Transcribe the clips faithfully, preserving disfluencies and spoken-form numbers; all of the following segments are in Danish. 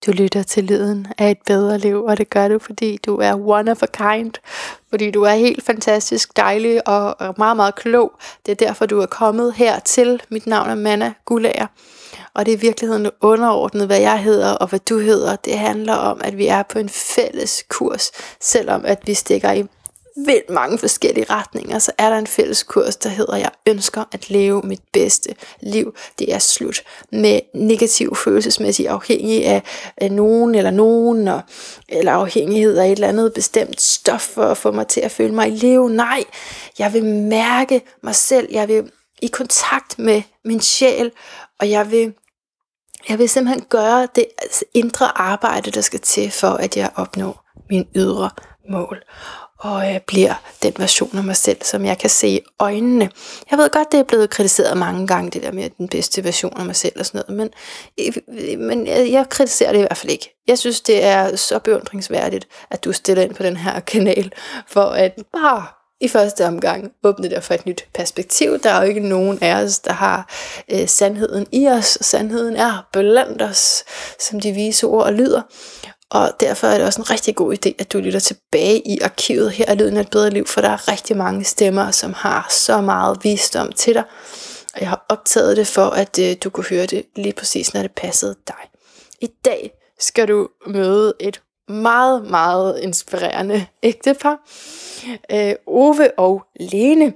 Du lytter til lyden af et bedre liv, og det gør du, fordi du er one of a kind. Fordi du er helt fantastisk dejlig og meget, meget klog. Det er derfor, du er kommet hertil. Mit navn er Manna Guldager. Og det er i virkeligheden underordnet, hvad jeg hedder og hvad du hedder. Det handler om, at vi er på en fælles kurs. Selvom at vi stikker i vildt mange forskellige retninger, så er der en fælles kurs, der hedder, jeg ønsker at leve mit bedste liv. Det er slut med negativ følelsesmæssig afhængig af, af nogen eller nogen, og, eller afhængighed af et eller andet bestemt stof for at få mig til at føle mig i live. Nej, jeg vil mærke mig selv. Jeg vil i kontakt med min sjæl, og jeg vil Jeg vil simpelthen gøre det indre arbejde, der skal til, for at jeg opnår mine ydre mål. Og jeg bliver den version af mig selv, som jeg kan se i øjnene. Jeg ved godt, det er blevet kritiseret mange gange, det der med den bedste version af mig selv og sådan noget. Men, men jeg kritiserer det i hvert fald ikke. Jeg synes, det er så beundringsværdigt, at du stiller ind på den her kanal, for at bare i første omgang åbne der for et nyt perspektiv. Der er jo ikke nogen af os, der har øh, sandheden i os. Sandheden er blandt os, som de vise ord lyder. Og derfor er det også en rigtig god idé, at du lytter tilbage i arkivet. Her er lyden af et bedre liv, for der er rigtig mange stemmer, som har så meget visdom til dig. Og jeg har optaget det for, at øh, du kunne høre det lige præcis, når det passede dig. I dag skal du møde et meget, meget inspirerende ægtepar. Øh, Ove og Lene,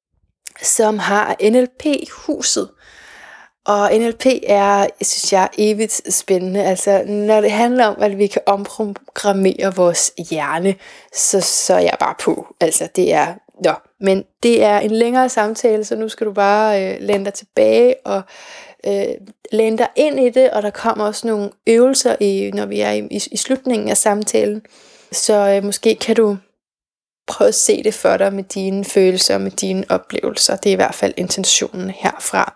som har N L P-huset. Og N L P er, synes jeg, evigt spændende. Altså, når det handler om, at vi kan omprogrammere vores hjerne, så, så er jeg bare på. Altså, det er, nå, men det er en længere samtale, så nu skal du bare øh, læne dig tilbage og øh, læne dig ind i det, og der kommer også nogle øvelser, i, når vi er i, i, i slutningen af samtalen. Så øh, måske kan du prøve at se det for dig med dine følelser, med dine oplevelser. Det er i hvert fald intentionen herfra.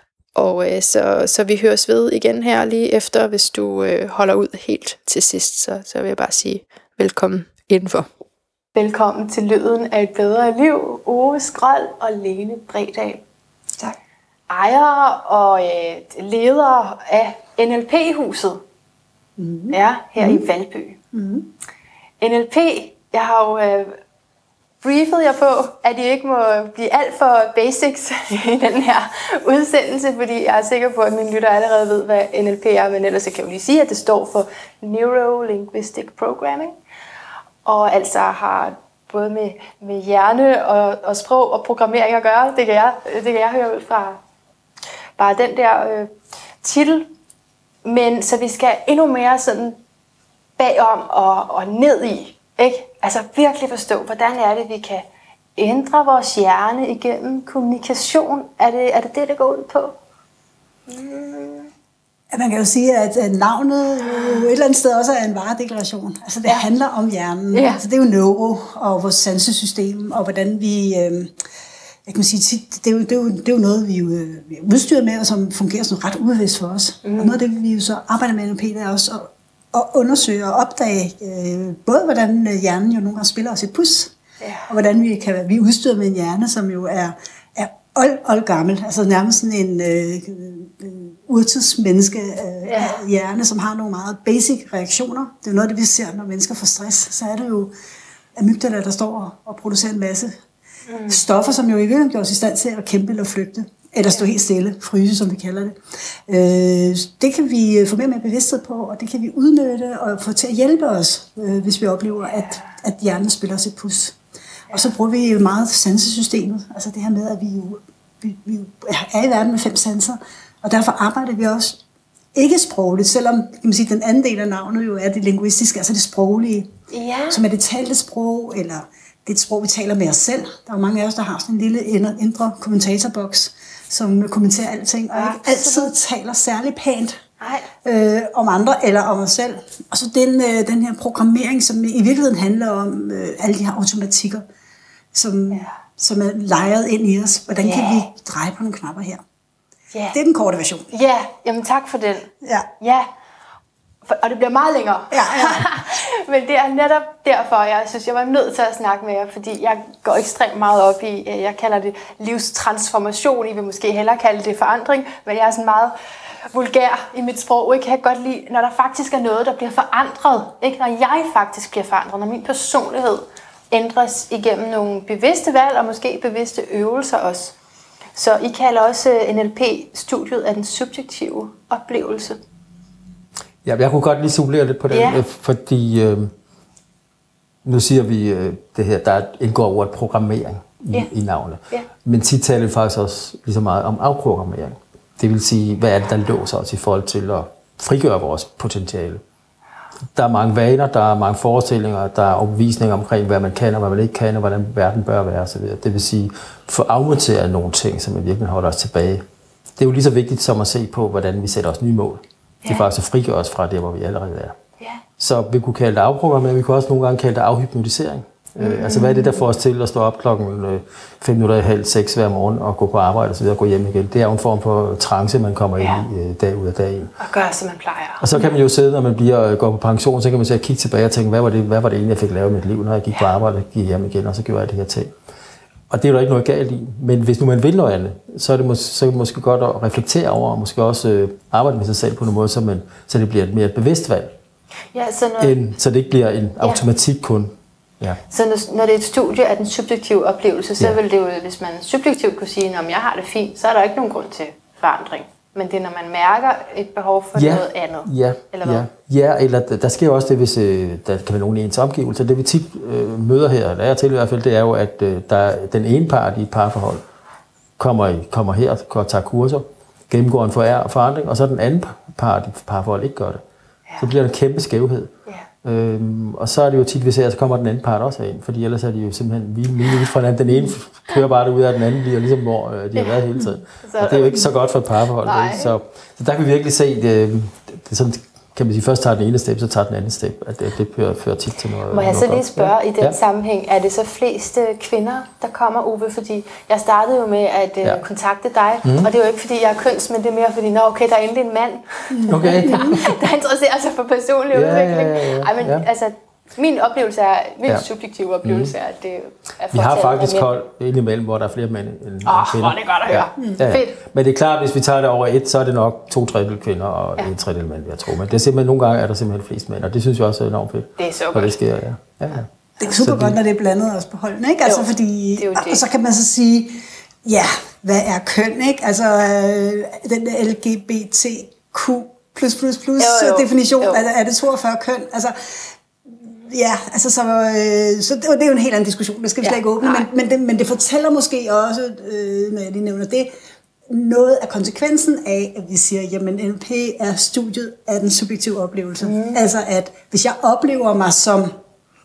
Og øh, så, så vi høres ved igen her lige efter, hvis du øh, holder ud helt til sidst. Så, så vil jeg bare sige velkommen indenfor. Velkommen til lyden af et bedre liv, Ove Skrold og Lene Bredal. Tak. Ejere og øh, ledere af N L P-huset. Mm-hmm. Ja, her mm-hmm. i Valby. Mm-hmm. N L P, jeg har jo øh, briefet jer på, at I ikke må blive alt for basics i den her udsendelse, fordi jeg er sikker på, at mine lytter allerede ved, hvad N L P er, men ellers kan jeg jo lige sige, at det står for Neuro-Linguistic Programming, og altså har både med, med hjerne og, og sprog og programmering at gøre. Det kan jeg, det kan jeg høre ud fra bare den der øh, titel. Men så vi skal endnu mere sådan bagom og, og ned i, ikke? Altså virkelig forstå, hvordan er det, vi kan ændre vores hjerne igennem kommunikation. Er det er det, det, der går ud på? Mm. Ja, man kan jo sige, at navnet jo et eller andet sted også er en varedeklaration. Altså det ja. handler om hjernen. Ja. Altså, det er jo neuro og vores sansesystem, og hvordan vi... Øh, jeg kan sige, det er, jo, det, er jo, det er jo noget, vi, jo, vi er udstyret med, og som fungerer sådan ret ubevidst for os. Mm. Og noget af det, vi jo så arbejder med N L P, det er også at og undersøge og opdage øh, både, hvordan hjernen jo nogle gange spiller os et pus, yeah. og hvordan vi kan vi er udstyret med en hjerne, som jo er, er old, old gammel, altså nærmest sådan en øh, øh, urtidsmenneske øh, yeah. hjerne, som har nogle meget basic reaktioner. Det er jo noget, det vi ser, når mennesker får stress. Så er det jo amygdala, der står og producerer en masse mm. stoffer, som jo i virkeligheden gør os i stand til at kæmpe eller flygte. Eller stå helt stille, fryse, som vi kalder det. Øh, det kan vi få mere med bevidsthed på, og det kan vi udnytte og få til at hjælpe os, øh, hvis vi oplever, at, at hjernen spiller os et pus. Og så bruger vi jo meget sansesystemet, altså det her med, at vi jo, vi, vi er i verden med fem sanser, og derfor arbejder vi også ikke sprogligt, selvom kan man sige, den anden del af navnet jo er det linguistiske, altså det sproglige, ja. som er det talte sprog, eller det er et sprog, vi taler med os selv. Der er jo mange af os, der har sådan en lille indre kommentatorboks, som kommenterer alting, og ikke altid taler særlig pænt øh, om andre eller om os selv. Og så den, øh, den her programmering, som i virkeligheden handler om øh, alle de her automatikker, som, ja. som er lejret ind i os. Hvordan yeah. kan vi dreje på nogle knapper her? Yeah. Det er den korte version. Ja, yeah. Jamen tak for den. Ja. Ja. Og det bliver meget længere. Ja, ja. Men det er netop derfor, jeg synes, jeg var nødt til at snakke med jer, fordi jeg går ekstremt meget op i, jeg kalder det livstransformation, I vil måske hellere kalde det forandring, men jeg er sådan meget vulgær i mit sprog, ikke? Kan jeg godt lide, når der faktisk er noget, der bliver forandret. Ikke? Når jeg faktisk bliver forandret, når min personlighed ændres igennem nogle bevidste valg, og måske bevidste øvelser også. Så I kalder også N L P-studiet af den subjektive oplevelse. Ja, jeg kunne godt lige supplere lidt på det, yeah. fordi øh, nu siger vi øh, det her, der indgår ordet programmering i, yeah. i navnet. Yeah. Men tit taler vi faktisk også lige så meget om afprogrammering. Det vil sige, hvad er det, der låser os i forhold til at frigøre vores potentiale. Der er mange vaner, der er mange forestillinger, der er overbevisninger omkring, hvad man kan og hvad man ikke kan, og hvordan verden bør være osv. Det vil sige, få afmonteret nogle ting, som virkelig holder os tilbage. Det er jo lige så vigtigt som at se på, hvordan vi sætter os nye mål. Det er faktisk at frigøre os fra det, hvor vi allerede er. Ja. Så vi kunne kalde det afprogrammering, vi kunne også nogle gange kalde det afhypnotisering. Mm. Øh, altså hvad er det, der får os til at stå op klokken øh, fem minutter i halv seks hver morgen og gå på arbejde og så videre og gå hjem igen. Det er jo en form for trance, man kommer ja. ind i øh, dag ud af dag ind. Og gøre, som man plejer. Og så kan man jo sidde, når man bliver øh, går på pension, så kan man så kigge tilbage og tænke, hvad var det, hvad var det egentlig, jeg fik lavet i mit liv, når jeg gik ja. på arbejde og gik hjem igen, og så gjorde jeg det her ting. Og det er jo ikke noget galt i, men hvis nu man vil noget andet, så er det, mås- så er det måske godt at reflektere over, og måske også øh, arbejde med sig selv på en måde, så, man, så det bliver et mere et bevidst valg, ja, så, når... end, så det ikke bliver en automatik ja. kun. Ja. Så når, når det er et studie af den subjektive oplevelse, så ja. vil det jo, hvis man subjektivt kunne sige, at jeg har det fint, så er der ikke nogen grund til forandring. Men det er, når man mærker et behov for ja. noget andet. Ja, eller hvad? ja. ja, eller der sker også det, hvis øh, der kan være nogen i ens omgivelser. Det vi tit øh, møder her, eller er til i hvert fald, det er jo, at øh, der, den ene part i et parforhold kommer, i, kommer her og tager kurser, gennemgår en forandring, og så den anden part i et parforhold ikke gør det. Ja. Så bliver der en kæmpe skævhed. Ja. Øhm, og så er det jo tit, vi ser, at så kommer den anden part også ind, fordi ellers er de jo simpelthen vildt fra den. Den ene kører bare det ud af den anden, bliver ligesom hvor øh, de har været hele tiden. Og det er jo ikke så godt for et parforhold. Så, så der kan vi virkelig se, det, det, det sådan, kan man sige, først tager den ene step, så tager den anden step, at det, det fører, fører tit til noget. Må jeg noget så lige godt. spørge ja. i den ja. sammenhæng, er det så flest kvinder, der kommer, Uwe? Fordi jeg startede jo med at ja. kontakte dig, mm. og det er jo ikke fordi, jeg er køns, men det er mere fordi, nå okay, der er endelig en mand, okay. der interesserer sig for personlig ja, udvikling. Ja, ja, ja. Ej, men ja. altså, min oplevelse er, min ja. subjektive oplevelse er, at det er vi har faktisk hold indimellem, hvor der er flere mænd end oh, kvinder. Åh, det er godt at høre. Ja. Mm. Ja, ja. Fedt. Men det er klart, hvis vi tager det over et, så er det nok to tredjedel kvinder og ja. en tredjedel mænd, jeg tror. Men det er simpelthen, nogle gange er der simpelthen flest mænd, og det synes jeg også er enormt fedt. Det er så godt. Det sker, ja. Ja, ja. Det er super så godt, det... når det er blandet også på holdene, ikke? Altså, jo, fordi, det det. Og så kan man så sige, ja, hvad er køn, ikke? Altså, øh, den der L G B T Q plus plus plus definition, er, er det toogfyrre køn? Altså, ja, altså så, øh, så det, det er jo en helt anden diskussion, det skal vi slet ikke åbne, men, men, det, men det fortæller måske også, øh, når jeg lige nævner det, noget af konsekvensen af, at vi siger, jamen N L P er studiet af den subjektive oplevelse. Mm. Altså at hvis jeg oplever mig som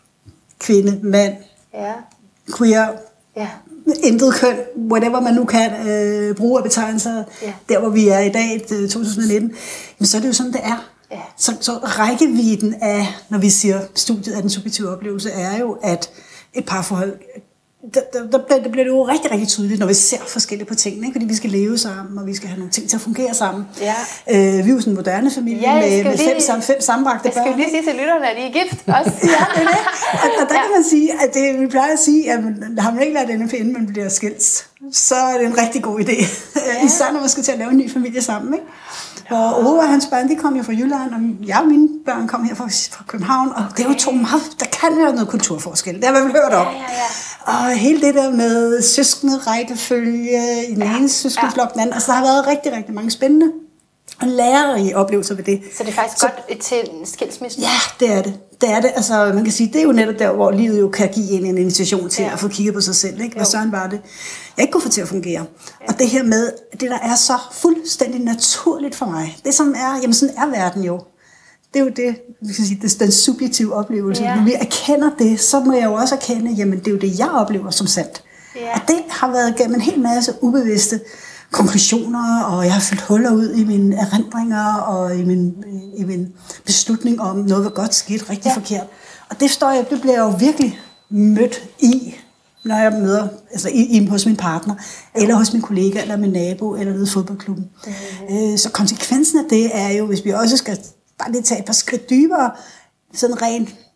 kvinde, mand, ja. queer, ja. intet køn, whatever man nu kan øh, bruge af betegnelser, ja. der hvor vi er i dag, to tusind nitten, jamen, så er det jo sådan, det er. Ja. Så, så rækkevidden af, når vi siger studiet af den subjektive oplevelse, er jo, at et parforhold, der, der, der, bliver, der bliver det jo rigtig, rigtig tydeligt, når vi ser forskelligt på tingene, ikke? Fordi vi skal leve sammen, og vi skal have nogle ting til at fungere sammen. Ja. Øh, vi er jo sådan en moderne familie ja, med, med fem, sam, fem sammenbragte børn. Jeg skal jo lige sige til lytterne, at I er gift også. ja, det er det. Og, og der ja. kan man sige, at det, vi plejer at sige, at man, har man ikke lært N L P, inden man bliver skilt, så er det en rigtig god idé. Ja. Især når man skal til at lave en ny familie sammen, ikke? Og Ove og hans børn, de kom jo fra Jylland, og jeg og mine børn kom her fra, fra København, og det er jo to meget, der kan være noget kulturforskel, det har vi hørt om. Ja, ja, ja. Og hele det der med søskende rækkefølge i den ja, ene søskendeflok, den anden, altså der har været rigtig, rigtig mange spændende og lærerige oplevelser ved det. Så det er faktisk så, godt til en skilsmisse? Ja, det er det. Det er det. Altså, man kan sige, det er jo netop der, hvor livet jo kan give en en invitation til ja. at få kigget på sig selv. Ikke? Hvad sådan var det, jeg ikke kunne få til at fungere. Ja. Og det her med, det der er så fuldstændig naturligt for mig, det som er, jamen sådan er verden jo. Det er jo det, vi kan sige, det er den subjektive oplevelse. Ja. Når vi erkender det, så må jeg jo også erkende, jamen det er jo det, jeg oplever som sandt. Ja. Og det har været gennem en hel masse ubevidste konklusioner, og jeg har fyldt huller ud i mine erindringer og i min, i min beslutning om noget var godt, skidt, rigtig ja. forkert. Og det står jeg, det bliver jeg jo virkelig mødt i, når jeg møder, altså i, i, hos min partner, ja. eller hos min kollega, eller min nabo, eller nede i fodboldklubben. Mm-hmm. Så konsekvensen af det er jo, hvis vi også skal bare lige tage et par skridt dybere, sådan rent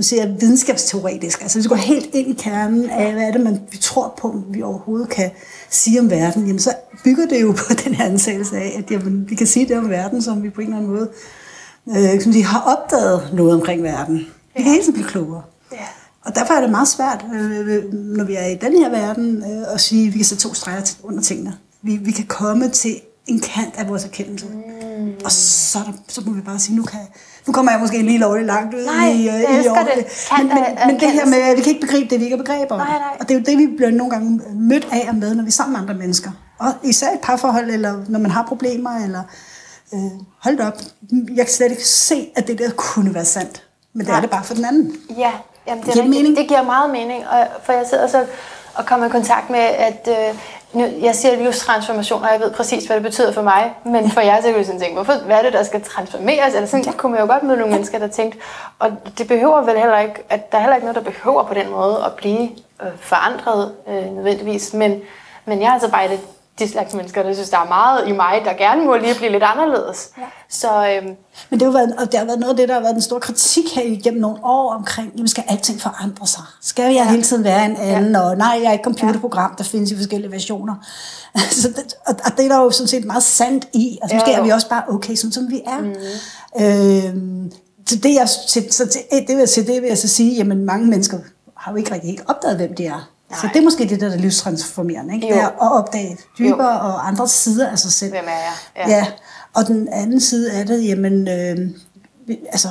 nu siger jeg videnskabsteoretisk, altså hvis vi går helt ind i kernen af, hvad er det, man, vi tror på, vi overhovedet kan sige om verden, jamen så bygger det jo på den her ansættelse af, at jamen, vi kan sige det om verden, som vi på en eller anden måde øh, som de har opdaget noget omkring verden. Vi kan hele tiden blive klogere. Ja. Og derfor er det meget svært, øh, når vi er i den her verden, øh, at sige, at vi kan sætte to streger under tingene. Vi, vi kan komme til en kant af vores erkendelse. Mm. Og så, der, så må vi bare sige, nu, kan, nu kommer jeg måske lige lovligt langt ud nej, i, øh, jeg i år. Det. Men, men, men det her med, at vi kan ikke begribe det, vi ikke har begreber. Nej, nej. Og det er jo det, vi bliver nogle gange mødt af og med, når vi er sammen med andre mennesker. Og især et parforhold, eller når man har problemer, eller øh, hold da op. Jeg kan slet ikke se, at det der kunne være sandt. Men det nej. Er det bare for den anden. Ja, jamen, det, giver det, det giver meget mening. Og, for jeg sidder så og kommer i kontakt med, at øh, nu, jeg siger livstransformation, og jeg ved præcis, hvad det betyder for mig. Men for jer, så kan du sådan tænke, hvorfor, hvad er det, der skal transformeres? Eller sådan, der kunne man jo godt møde nogle mennesker, der tænkte, og det behøver vel heller ikke, at der er heller ikke noget, der behøver på den måde at blive øh, forandret øh, nødvendigvis. Men, men jeg er altså bare lidt de slags mennesker, der synes, der er meget i mig, der gerne må lige blive lidt anderledes. Ja. Så, øhm, Men det har, været, og det har været noget af det, der har været den store kritik her igennem nogle år omkring, jamen skal alting forandre sig? Skal jeg ja. hele tiden være en anden? Ja. Og nej, jeg er et computerprogram, der findes i forskellige versioner. Så det, og, og det er der jo sådan set meget sandt i. Altså måske ja, er vi også bare okay, sådan som vi er. Mm. Øhm, så det, jeg, så, så det, det, vil, så det vil jeg så sige, jamen mange mennesker har jo ikke rigtig helt opdaget, hvem de er. Nej. Så det er måske det, der er livstransformerende, ikke? Det er at opdage dybere jo. Og andre sider af sig selv. Hvem er jeg? Ja. Ja. Og den anden side af det, jamen, øh, altså,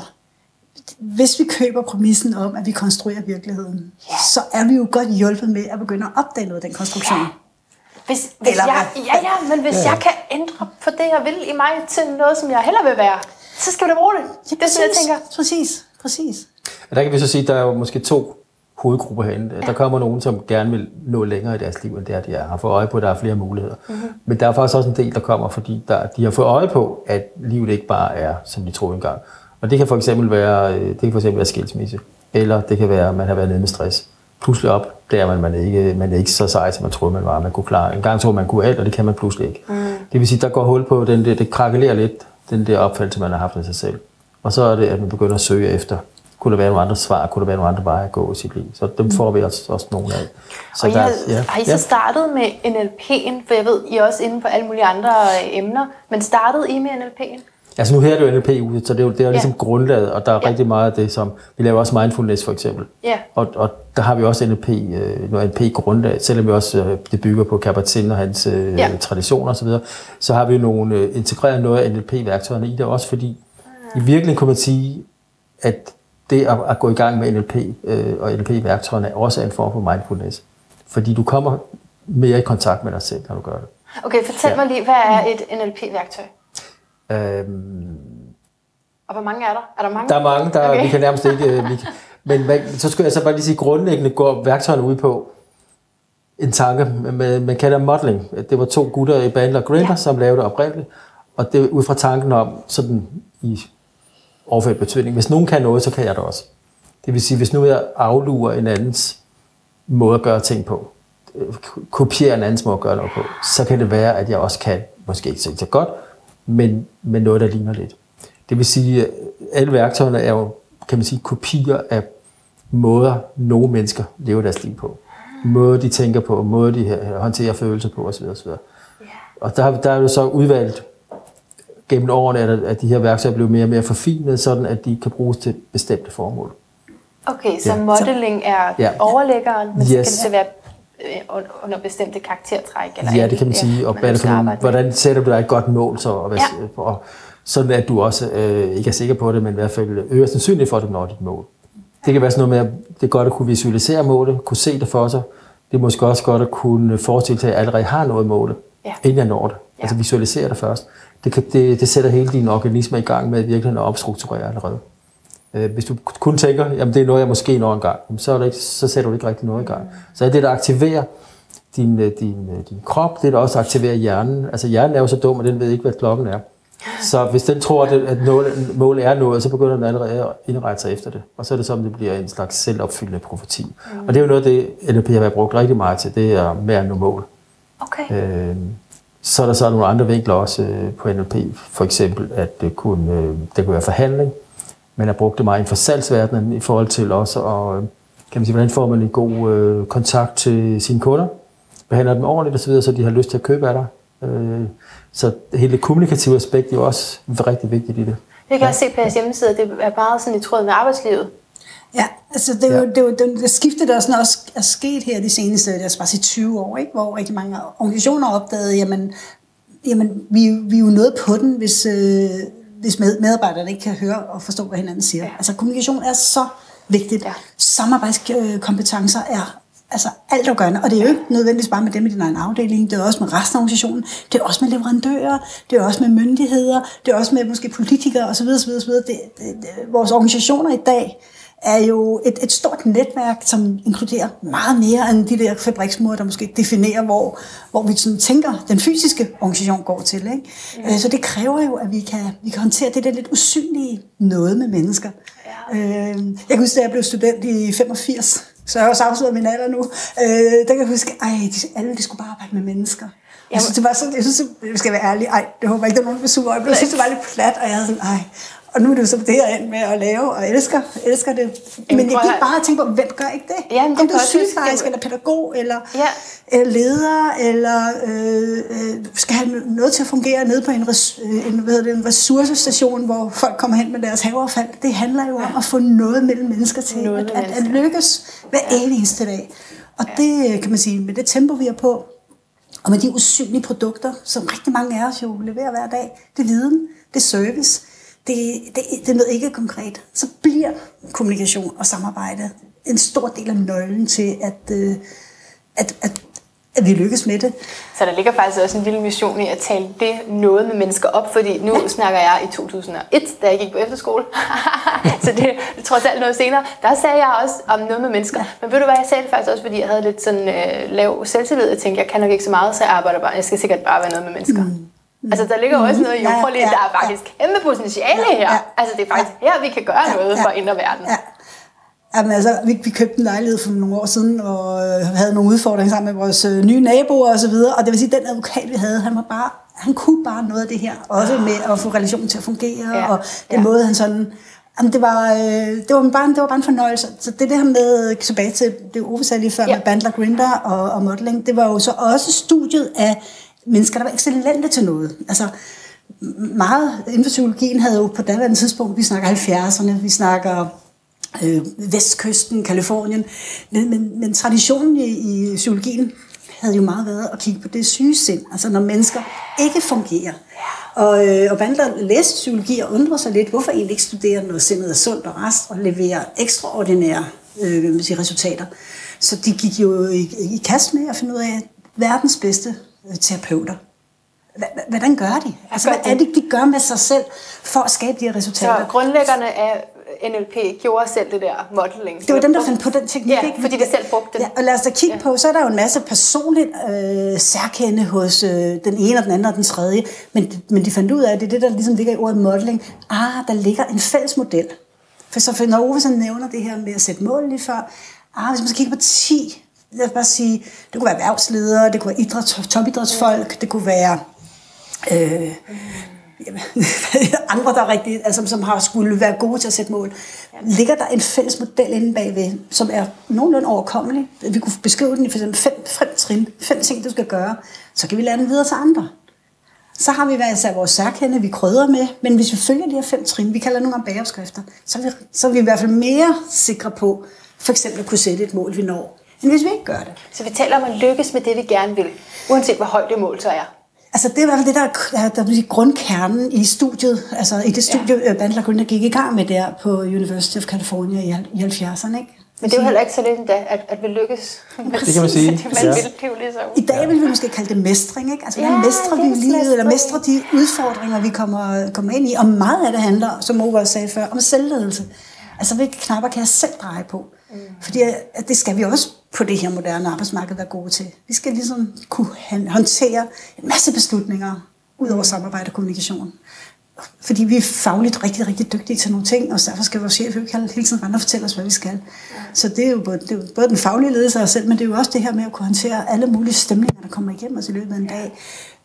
hvis vi køber præmissen om, at vi konstruerer virkeligheden, ja. Så er vi jo godt hjulpet med at begynde at opdage noget af den konstruktion. Ja. Hvis, hvis jeg, ja, ja, men hvis ja. jeg kan ændre på det, jeg vil i mig, til noget, som jeg hellere vil være, så skal vi da bruge det. Ja, det er sådan, jeg tænker. Præcis, præcis. Og der kan vi så sige, at der er jo måske to hovedgrupper herinde. Ja. Der kommer nogen, som gerne vil nå længere i deres liv, end det er, de er. Har fået øje på, at der er flere muligheder. Mm-hmm. Men der er faktisk også en del, der kommer, fordi der, de har fået øje på, at livet ikke bare er, som de troede engang. Og det kan for eksempel være, det kan for eksempel være skilsmisse, eller det kan være, at man har været nede med stress. Pludselig op, der er man, man, ikke, man er ikke så sej, som man troede, man var. Man kunne klare. En gang troede man kunne alt, og det kan man pludselig ikke. Mm. Det vil sige, der går hul på den der, det krakelerer lidt, den der opfattelse, man har haft af sig selv. Og så er det, at man begynder at søge efter. Kunne der være nogle andre svar? Kunne der være nogle andre veje at gå i sit liv? Så dem får vi også, også nogle af. Så og der, har, ja, har I så ja. startet med N L P'en? For jeg ved, I er også inde på alle mulige andre emner. Men startede I med N L P'en? Altså nu her er det jo N L P ude, så det er jo, det er jo ligesom ja. grundlaget, og der er ja. rigtig meget af det, som... Vi laver også mindfulness for eksempel. Ja. Og, og der har vi også N L P, øh, noget N L P-grundlag, selvom vi også øh, det bygger på Kabat-Zinn og hans øh, ja. traditioner osv., så, så har vi jo nogle øh, integreret noget af N L P-værktøjerne i det også, fordi ah. i virkeligheden kunne man sige, at det at, at gå i gang med N L P øh, og N L P-værktøjerne er også en form for mindfulness. Fordi du kommer mere i kontakt med dig selv, når du gør det. Okay, fortæl ja. mig lige, hvad er et N L P-værktøj? Øhm, og hvor mange er der? Er der mange? Der er mange, der okay. vi kan nærmest ikke... Vi kan, men hvad, så skulle jeg så bare lige sige, grundlæggende går værktøjerne ud på en tanke, med, man kalder modeling. Det var to gutter i Bandler og Grinder, ja. som lavede det oprindeligt. Og det er ud fra tanken om, sådan i overført betydning, hvis nogen kan noget, så kan jeg det også. Det vil sige, hvis nu jeg aflurer en andens måde at gøre ting på, kopierer en andens måde at gøre noget på, så kan det være, at jeg også kan, måske ikke så godt, men, men noget, der ligner lidt. Det vil sige, at alle værktøjerne er jo, kan man sige, kopier af måder, nogle mennesker lever deres liv på. Måder, de tænker på, måder, de håndterer følelser på, osv. osv. Og der, der er jo så udvalgt gennem årene, at de her værktøjer blev mere og mere forfinet, sådan at de kan bruges til bestemte formål. Okay, så ja. modeling er ja. overlæggeren, men yes. så kan det være under bestemte karaktertræk? Eller ja, det kan man sige. Og man for, hvordan sætter du dig et godt mål, så, og, ja. og sådan at du også øh, ikke er sikker på det, men i hvert fald øger sandsynligt for, at du når dit mål. Det kan være sådan noget med, at det er godt at kunne visualisere målet, kunne se det for sig. Det er måske også godt at kunne forestille sig, at jeg allerede har nået målet, ja. inden jeg når det. Ja. Altså visualisere det først. Det, kan, det, det sætter hele din organisme i gang med at virkelig at opstrukturere allerede. Hvis du kun tænker, at det er noget, jeg måske når en gang, så, er det ikke, så sætter du ikke rigtig noget i gang. Så er det, der aktiverer din, din, din krop, det er der også aktiverer hjernen. Altså hjernen er jo så dum, og den ved ikke, hvad klokken er. Så hvis den tror, at målet er noget, så begynder den allerede at indrette sig efter det. Og så er det som, det bliver en slags selvopfyldende profeti. Mm. Og det er jo noget, det N L P har været brugt rigtig meget til, det er med at nå mål. Okay. Øh, så er der så nogle andre vinkler også på N L P, for eksempel, at det kunne, det kunne være forhandling. man har brugt det meget inden for salgsverdenen i forhold til også, og kan man sige, hvordan får man en god øh, kontakt til sine kunder, behandler dem ordentligt og så videre, så de har lyst til at købe af dig. Øh, så hele det kommunikative aspekt er jo også rigtig vigtigt i det. Jeg kan ja. også se på jeres hjemmeside, det er meget sådan i tråd med arbejdslivet. Ja, altså det er jo, ja. det, er jo det, det skifte, der sådan også er sket her de seneste, lad os bare sige tyve år, ikke? Hvor rigtig mange organisationer opdagede, jamen, jamen vi, vi er jo noget på den, hvis, øh, hvis med, medarbejderne ikke kan høre og forstå, hvad hinanden siger. Ja. Altså kommunikation er så vigtigt. Ja. Samarbejdskompetencer er altså altafgørende, og det er jo ikke nødvendigvis bare med dem i din egen afdeling, det er også med resten af organisationen, det er også med leverandører, det er også med myndigheder, det er også med måske politikere osv. osv., osv. Det, det, det, vores organisationer i dag er jo et, et stort netværk, som inkluderer meget mere end de der fabriksmure, der måske definerer, hvor, hvor vi sådan tænker, den fysiske organisation går til. Ikke? Mm. Så det kræver jo, at vi kan, vi kan håndtere det der lidt usynlige noget med mennesker. Ja. Jeg kan huske, da jeg blev student i femogfirs, så jeg har også afsluttet min alder nu, der kan jeg huske, at alle de skulle bare arbejde med mennesker. Jeg synes, det var sådan, jeg synes, jeg skal være ærlig, ej, det håber ikke, der er nogen, der bliver sur. Jeg synes, det var lidt plat, og jeg havde sådan, ej. Og nu er det jo så det, jeg med at lave, og elsker, elsker det. Men jeg gik bare og tænke på, hvem gør ikke det? Ja, det om du er sygeplejerske, eller pædagog, eller, ja. eller leder, eller øh, øh, skal have noget til at fungere nede på en, res, en, hvad hedder det, en ressourcestation, hvor folk kommer hen med deres haveaffald. Det handler jo ja. om at få noget mellem mennesker til, at, at, at lykkes hver ja. eneste dag. Og ja. det kan man sige, med det tempo, vi er på, og med de usynlige produkter, som rigtig mange af os jo leverer hver dag, det er viden, det er service, Det, det, det er noget ikke konkret, så bliver kommunikation og samarbejde en stor del af nøglen til, at, at, at, at vi lykkes med det. Så der ligger faktisk også en lille mission i at tale det noget med mennesker op, fordi nu ja. snakker jeg i to tusind og et, da jeg gik på efterskole. Så det er trods alt noget senere. Der sagde jeg også om noget med mennesker. Ja. Men ved du hvad, jeg sagde det faktisk også, fordi jeg havde lidt sådan øh, lav selvtillid. Jeg tænkte, jeg kan nok ikke så meget, så jeg arbejder bare. Jeg skal sikkert bare være noget med mennesker. Mm. Mm. Altså, der ligger jo også noget i jomfrueligt, ja, ja, der er faktisk ja. kæmpe potentiale ja, her. Ja, altså, det er faktisk ja, her, vi kan gøre ja, noget ja, for indre verden. Ja. Jamen, altså, vi, vi købte en lejlighed for nogle år siden, og øh, havde nogle udfordringer sammen med vores øh, nye naboer og så videre. Og det vil sige, at den advokat, vi havde, han var bare, han kunne bare noget af det her. Også med at få relationen til at fungere, ja, og den ja. måde, han sådan... Jamen, det var, øh, det, var bare, det var bare en fornøjelse. Så det der med, tilbage til det Ove sagde lige før, ja. med Bandler, Grinder og, og modeling, det var jo så også studiet af mennesker, der var excellente til noget. Altså, meget inden for psykologien havde jo på daværende tidspunkt, vi snakker halvfjerdserne, vi snakker øh, Vestkysten, Kalifornien, men, men, men traditionen i, i psykologien havde jo meget været at kigge på det sygesind, altså når mennesker ikke fungerer. Og, øh, og Bandler læste psykologi og undrede sig lidt, hvorfor egentlig ikke studere, når sindet er sundt og rest, og levere ekstraordinære øh, vil man sige, resultater. Så de gik jo i, i kast med at finde ud af verdens bedste terapeuter. Hvordan gør de? Altså, hvad er det, de gør med sig selv for at skabe de her resultater? Så grundlæggerne af N L P gjorde selv det der modeling? Det var dem, der fandt på den teknik. Ja, ikke? Fordi de selv brugte den. Ja, og lad os da kigge ja. på, så er der jo en masse personligt øh, særkende hos øh, den ene og den anden og den tredje. Men, men de fandt ud af, at det er det, der ligesom ligger i ordet modeling. Ah, der ligger en fælles model. For så når Ove sådan nævner det her med at sætte mål lige før, ah, hvis man skal kigge på ti, lad os bare sige, det kunne være erhvervsledere, det kunne være idræts, topidrætsfolk, det kunne være øh, andre, der er rigtig, altså, som har skulle være gode til at sætte mål. Ligger der en fælles model inde bagved, som er nogenlunde overkommelig? Vi kunne beskrive den i for eksempel fem, fem trin, fem ting, du skal gøre, så kan vi lære den videre til andre. Så har vi hver vores særkende, vi krydrer med, men hvis vi følger de her fem trin, vi kalder nogle gange bagopskrifter, så er, vi, så er vi i hvert fald mere sikre på, for eksempel at kunne sætte et mål, vi når, end hvis vi ikke gør det. Så vi taler om at lykkes med det, vi gerne vil, uanset hvor højt det mål så er. Altså det er i hvert fald det, der er, der er grundkernen i studiet, altså i det studie, ja. Bandler Grinder gik i gang med der på University of California i halvfjerdserne, ikke? Men det er jo heller ikke så lidt endda, at, at vi lykkes. Det kan man sige. Det, man ja. vil, det er jo lige så. I dag vil vi måske kalde det mestring, ikke? Altså, hvordan ja, mestrer vi livet, eller mestrer de udfordringer, vi kommer, kommer ind i. Og meget af det handler, som Ove sagde før, om selvledelse. Altså, hvilke knapper kan jeg selv dreje på? Mm. Fordi at det skal vi også på det her moderne arbejdsmarked være gode til. Vi skal ligesom kunne håndtere en masse beslutninger ud over samarbejde og kommunikation. Fordi vi er fagligt rigtig, rigtig dygtige til nogle ting, og derfor skal vores chef jo ikke hele tiden rende og fortælle os, hvad vi skal. Så det er jo både, det er jo både den faglige ledelse af os selv, men det er jo også det her med at kunne håndtere alle mulige stemninger, der kommer igennem os i løbet af en dag.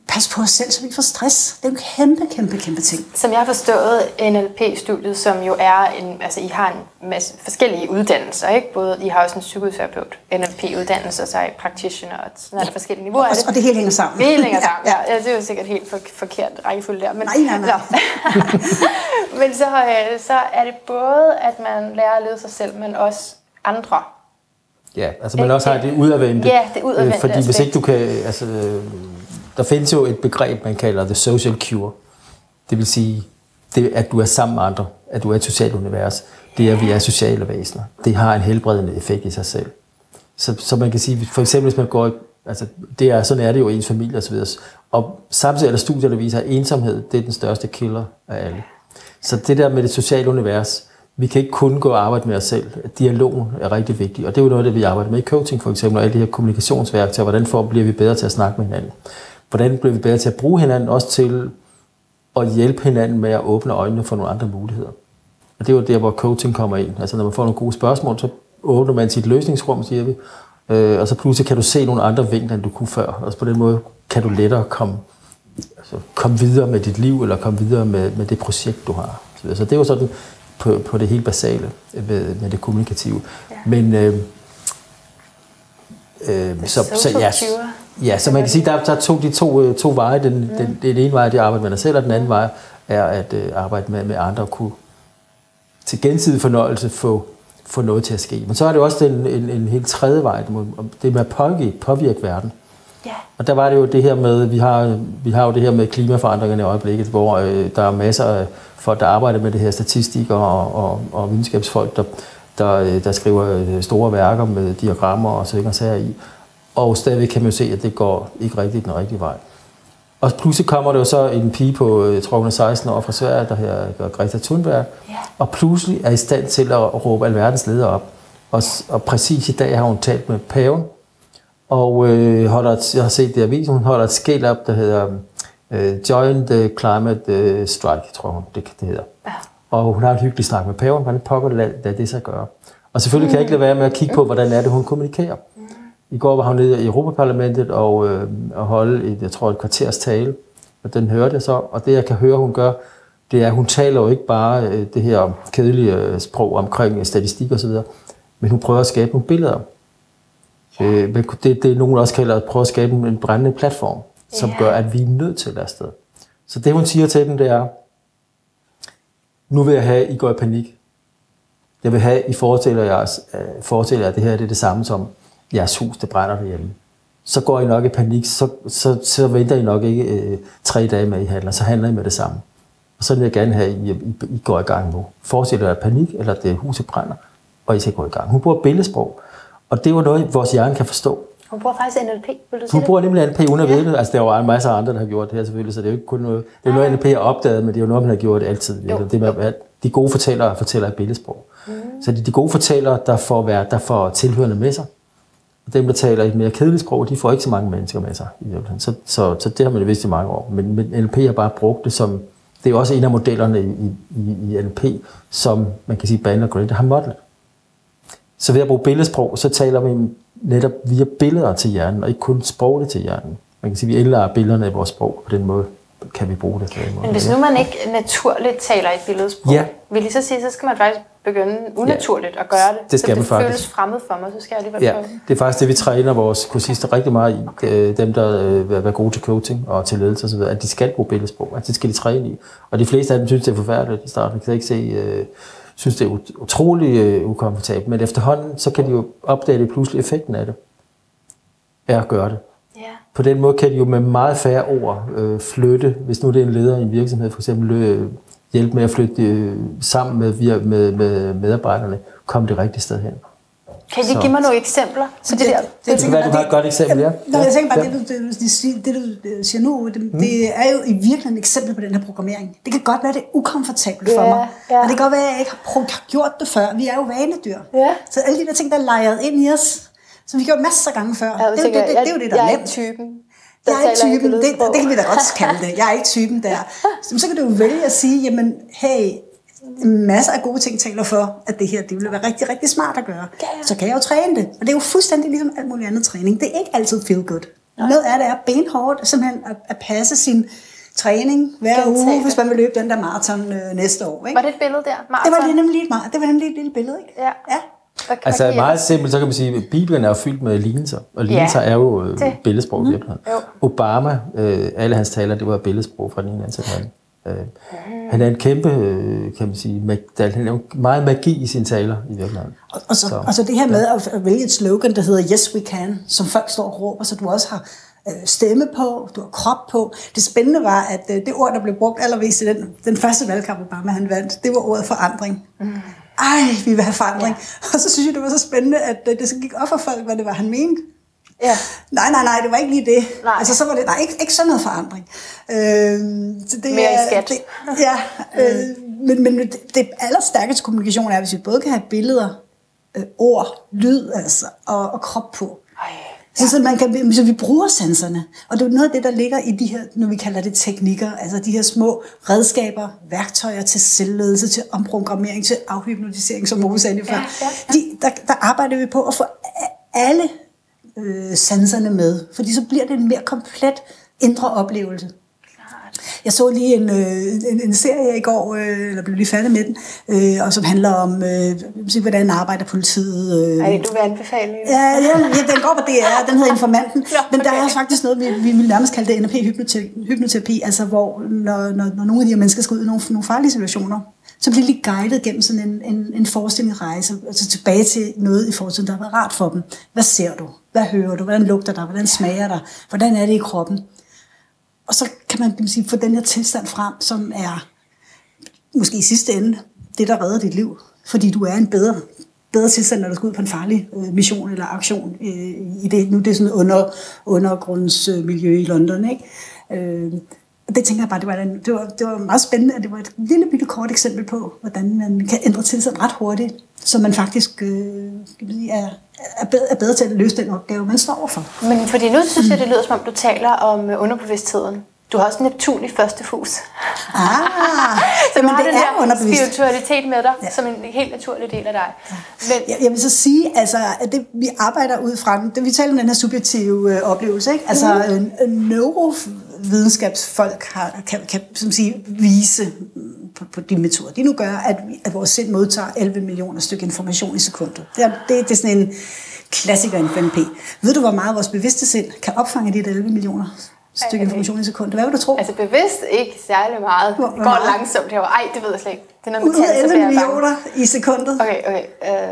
passe på os selv, så vi ikke får stress. Det er jo en kæmpe, kæmpe, kæmpe ting. Som jeg har forstået N L P-studiet, som jo er en, altså I har en masse forskellige uddannelser, ikke? Både, I har også en psykoterapeut, N L P-uddannelse, og så er I practitioner, og sådan er der forskellige niveauer af det. Og det hele hænger sammen. Det hele hænger sammen, ja. ja. ja det er jo sikkert helt for, forkert rækkefølge der. Men, nej, nej, nej. men så, så er det både, at man lærer at lede sig selv, men også andre. Ja, altså man også har det udadvendte. Ja, det udadvendte Fordi aspekt. hvis ikke du kan, altså, der findes jo et begreb, man kalder the social cure. Det vil sige, det, at du er sammen med andre, at du er et socialt univers. Det er, at vi er sociale væsener. Det har en helbredende effekt i sig selv. Så, så man kan sige, for eksempel hvis man går, altså det er, sådan er det jo i ens familie osv. Og samtidig er der studier, der viser, at ensomhed, det er den største killer af alle. Så det der med det sociale univers, vi kan ikke kun gå og arbejde med os selv. Dialogen er rigtig vigtig, og det er jo noget, det vi arbejder med i coaching for eksempel, og alle de her kommunikationsværktøjer. Hvordan får, bliver vi bedre til at snakke med hinanden? Hvordan bliver vi bedre til at bruge hinanden, også til at hjælpe hinanden med at åbne øjnene for nogle andre muligheder? Og det er jo der, hvor coaching kommer ind. Altså når man får nogle gode spørgsmål, så åbner man sit løsningsrum, siger vi, øh, og så pludselig kan du se nogle andre vinkler, end du kunne før. Og så på den måde kan du lettere komme, altså, komme videre med dit liv, eller komme videre med, med det projekt, du har. Så det er jo sådan på, på det helt basale med, med det kommunikative. Ja. Men øh, øh, så, så, ja, ja, så man kan sige, der, der er to, de to, to veje. Den, mm. den, den ene vej er at arbejde med dig selv, og den anden vej er at øh, arbejde med, med andre og kunne til gensidig fornøjelse få, få noget til at ske. Men så er det også en, en, en helt tredje vej, det med at påvirke, påvirke verden. Yeah. Og der var det jo det her med, vi har, vi har jo det her med klimaforandringerne i øjeblikket, hvor øh, der er masser af folk, der arbejder med det her, statistikere og, og, og videnskabsfolk, der, der, der skriver store værker med diagrammer og så ikke her i. Og stadigvæk kan man jo se, at det går ikke rigtig den rigtige vej. Og pludselig kommer der jo så en pige på, jeg tror hun er seksten år fra Sverige, der hedder Greta Thunberg, yeah. og pludselig er i stand til at råbe alverdens ledere op. Og, og præcis i dag har hun talt med paven, og øh, holder, jeg har set det i avisen, hun holder et skilt op, der hedder øh, Join the Climate øh, Strike, tror hun, det, det hedder. Ja. Og hun har en hyggelig snak med paven, hvordan pokker det, lad det så gøre. Og selvfølgelig mm. kan jeg ikke lade være med at kigge på, hvordan er det, hun kommunikerer. Mm. I går var hun nede i Europaparlamentet og, øh, og holde et, jeg tror, et kvarters tale, og den hørte jeg så. Og det, jeg kan høre, hun gør, det er, at hun taler jo ikke bare øh, det her kedelige sprog omkring statistik og så videre, men hun prøver at skabe nogle billeder. Øh, men det, det nogen også kalder at prøve at skabe en brændende platform, som yeah. gør, at vi er nødt til at lade sted. Så det, hun siger til dem, det er, nu vil jeg have, at I går i panik. Jeg vil have, at I forestiller jer, forestiller jer, at det her det er det samme som jeres hus, det brænder derhjemme. Så går I nok i panik, så, så, så venter I nok ikke øh, tre dage med, at I handler, så handler I med det samme. Og så vil jeg gerne have, at I, I, I går i gang nu. Forestil jer panik, eller at det huset brænder, og I skal gå i gang. Hun bruger billedsprog, og det er jo noget, vores hjerne kan forstå. Hun bruger faktisk N L P, vil du sige Hun bruger nemlig N L P, uden at vide det. Altså, der er jo en masse andre, der har gjort det her selvfølgelig, så det er jo ikke kun noget, det er noget, N L P har opdaget, men det er jo noget, man har gjort altid. Det med, at de gode fortællere fortæller i billedsprog. Mm. Så det er de gode fortællere, der får, være, der får tilhørende med sig. Og dem, der taler i et mere kedeligt sprog, de får ikke så mange mennesker med sig. Så, så, så det har man jo vidst i mange år. Men, men N L P har bare brugt det som, det er også en af modellerne i, i, i N L P, som man kan sige, Banner og Grant har modellet. Så ved at bruge billedsprog, så taler vi netop via billeder til hjernen, og ikke kun sproget til hjernen. Man kan sige, at vi indlærer billederne i vores sprog, på den måde kan vi bruge det. Men hvis nu man ikke naturligt taler i billedsprog, ja. vil I så sige, så skal man faktisk begynde unaturligt ja. at gøre det, det skal så det man føles faktisk. fremmed for mig, så skal jeg alligevel ja. prøve det. Det er faktisk det, vi træner vores kursister rigtig meget i, dem der er gode til coaching og til ledelse osv., at de skal bruge billedsprog, at det skal de træne i. Og de fleste af dem synes, det er forfærdeligt i starten. Man kan ikke se, synes, det er utrolig ukomfortabelt, men efterhånden, så kan de jo opdage det pludselig effekten af det, er at gøre det. Yeah. På den måde kan de jo med meget færre ord øh, flytte, hvis nu det er en leder i en virksomhed, for eksempel øh, hjælpe med at flytte øh, sammen med, med, med medarbejderne, komme det rigtige sted hen. Kan I give mig nogle eksempler? Så det, det, der, det, det, det kan være, du har et godt eksempel, ja. Nå, jeg tænker bare, ja. det, du, det, det, det du siger nu, det, mm. det er jo i virkeligheden et eksempel på den her programmering. Det kan godt være, det er ukomfortabelt for yeah, mig. Yeah. Og det kan godt være, at jeg ikke har gjort det før. Vi er jo vanedyr. Yeah. Så alle de der ting, der er lejret ind i os, som vi har gjort masser af gange før, ja, det, tænker, det, det, det, det er jo det, der er nemt. Jeg er typen. Jeg er ikke typen, det, det kan vi da godt kalde det. Jeg er ikke typen der. Så, så kan du jo vælge at sige, jamen, hey, masser af gode ting taler for, at det her, det ville være rigtig, rigtig smart at gøre. Så kan jeg jo træne det. Og det er jo fuldstændig ligesom alt muligt andet træning. Det er ikke altid feel good. Noget af det er benhårdt, simpelthen at, at passe sin træning hver Gentage uge, det. hvis man vil løbe den der maraton øh, næste år. Ikke? Var det et billede der? Det var lige nemlig et, meget- det var nemlig et lille billede, ikke? Ja. Ja. Hvad kan- Altså hvad kan meget hjælpe? simpelt, så kan man sige, at Bibelen er jo fyldt med lignelser, og lignelser Ja, er jo øh, det. billedsprog i virkeligheden. Jo. Obama, øh, alle hans taler, det var billedsprog fra den ene ende til den anden. Øh, han er en kæmpe, øh, kan man sige, mag- der er jo meget magi i sine taler i virkeligheden. Og, og, så, Så, og så det her med at, at vælge et slogan, der hedder Yes We Can, som folk står og råber, så du også har øh, stemme på, du har krop på. Det spændende var, at øh, det ord, der blev brugt allermest i den, den første valgkamp, Obama han vandt, det var ordet forandring. Mm. Ej, vi vil have forandring. Ja. Og så synes jeg, det var så spændende, at øh, det så gik op for folk, hvad det var, han mente. Ja. Nej, nej, nej, det var ikke lige det. Nej. Altså, så var det, nej, ikke, ikke sådan noget forandring. Øh, så det Mere i er- skat. Det, ja, øh, men, men det, det allerstærkeste kommunikation er, hvis vi både kan have billeder, øh, ord, lyd altså, og, og krop på. Ej. Så, så, man kan, så vi bruger sanserne. Og det er jo noget af det, der ligger i de her, når vi kalder det teknikker, altså de her små redskaber, værktøjer til selvledelse, til omprogrammering, til afhypnotisering, som Ove sagde lige før. Ja, ja, ja. De, der, der arbejder vi på at få alle øh, sanserne med, fordi så bliver det en mere komplet indre oplevelse. Jeg så lige en, øh, en, en serie i går, øh, eller blev lige færdig med den, øh, og som handler om, øh, hvordan arbejder politiet. Øh. Ej, du vil anbefale det? Ja, ja, ja, den går på D R, den hedder Informanten. Ja, Men der okay. er faktisk noget, vi, vi vil nærmest kalde det N L P-hypnoterapi, altså hvor når, når, når nogle af de her mennesker skal ud i nogle, nogle farlige situationer, så bliver de lige guidet gennem sådan en, en, en forestillingsrejse, altså tilbage til noget i fortiden, der har været rart for dem. Hvad ser du? Hvad hører du? Hvordan lugter der? Hvordan smager der? Hvordan er det i kroppen? Og så kan man, kan man sige, få den her tilstand frem, som er måske i sidste ende det, der redder dit liv. Fordi du er en bedre, bedre tilstand, når du skal ud på en farlig øh, mission eller aktion. Øh, i det, nu det er sådan et under, undergrundsmiljø i London. Ikke? Øh, og det tænker jeg bare, det var, det, var, det var meget spændende, at det var et lille bitte kort eksempel på, hvordan man kan ændre tilstand ret hurtigt, så man faktisk øh, kan man sige, er, er, bedre, er bedre til at løse den opgave, man står overfor. Men fordi nu synes jeg, det lyder som om, du taler om øh, underbevidstheden. Du har også Neptun i første hus. Ah, Så du har det den er der underbevidst. spiritualitet med dig, Ja. som en helt naturlig del af dig. Men, Jeg, jeg vil så sige, altså, at det, vi arbejder ud fra den, det, vi taler om den her subjektive øh, oplevelse, ikke? Altså mm. øh, neurovidenskabsfolk har, kan, kan som sige, vise på, på de metoder, de nu gør, at, vi, at vores sind modtager elleve millioner stykker information i sekundet. Det er, det, det er sådan en klassiker i N L P. Ved du, hvor meget vores bevidste sind kan opfange de elleve millioner stykker information i sekundet? Hvad vil du tro? altså bevidst ikke særlig meget. Hvor- Det hvor går meget? langsomt herovre. Ej, det ved jeg slet ikke. Det er noget med Ud af tal, så elleve bliver jeg bange. millioner i sekundet. Okay, okay. Øh,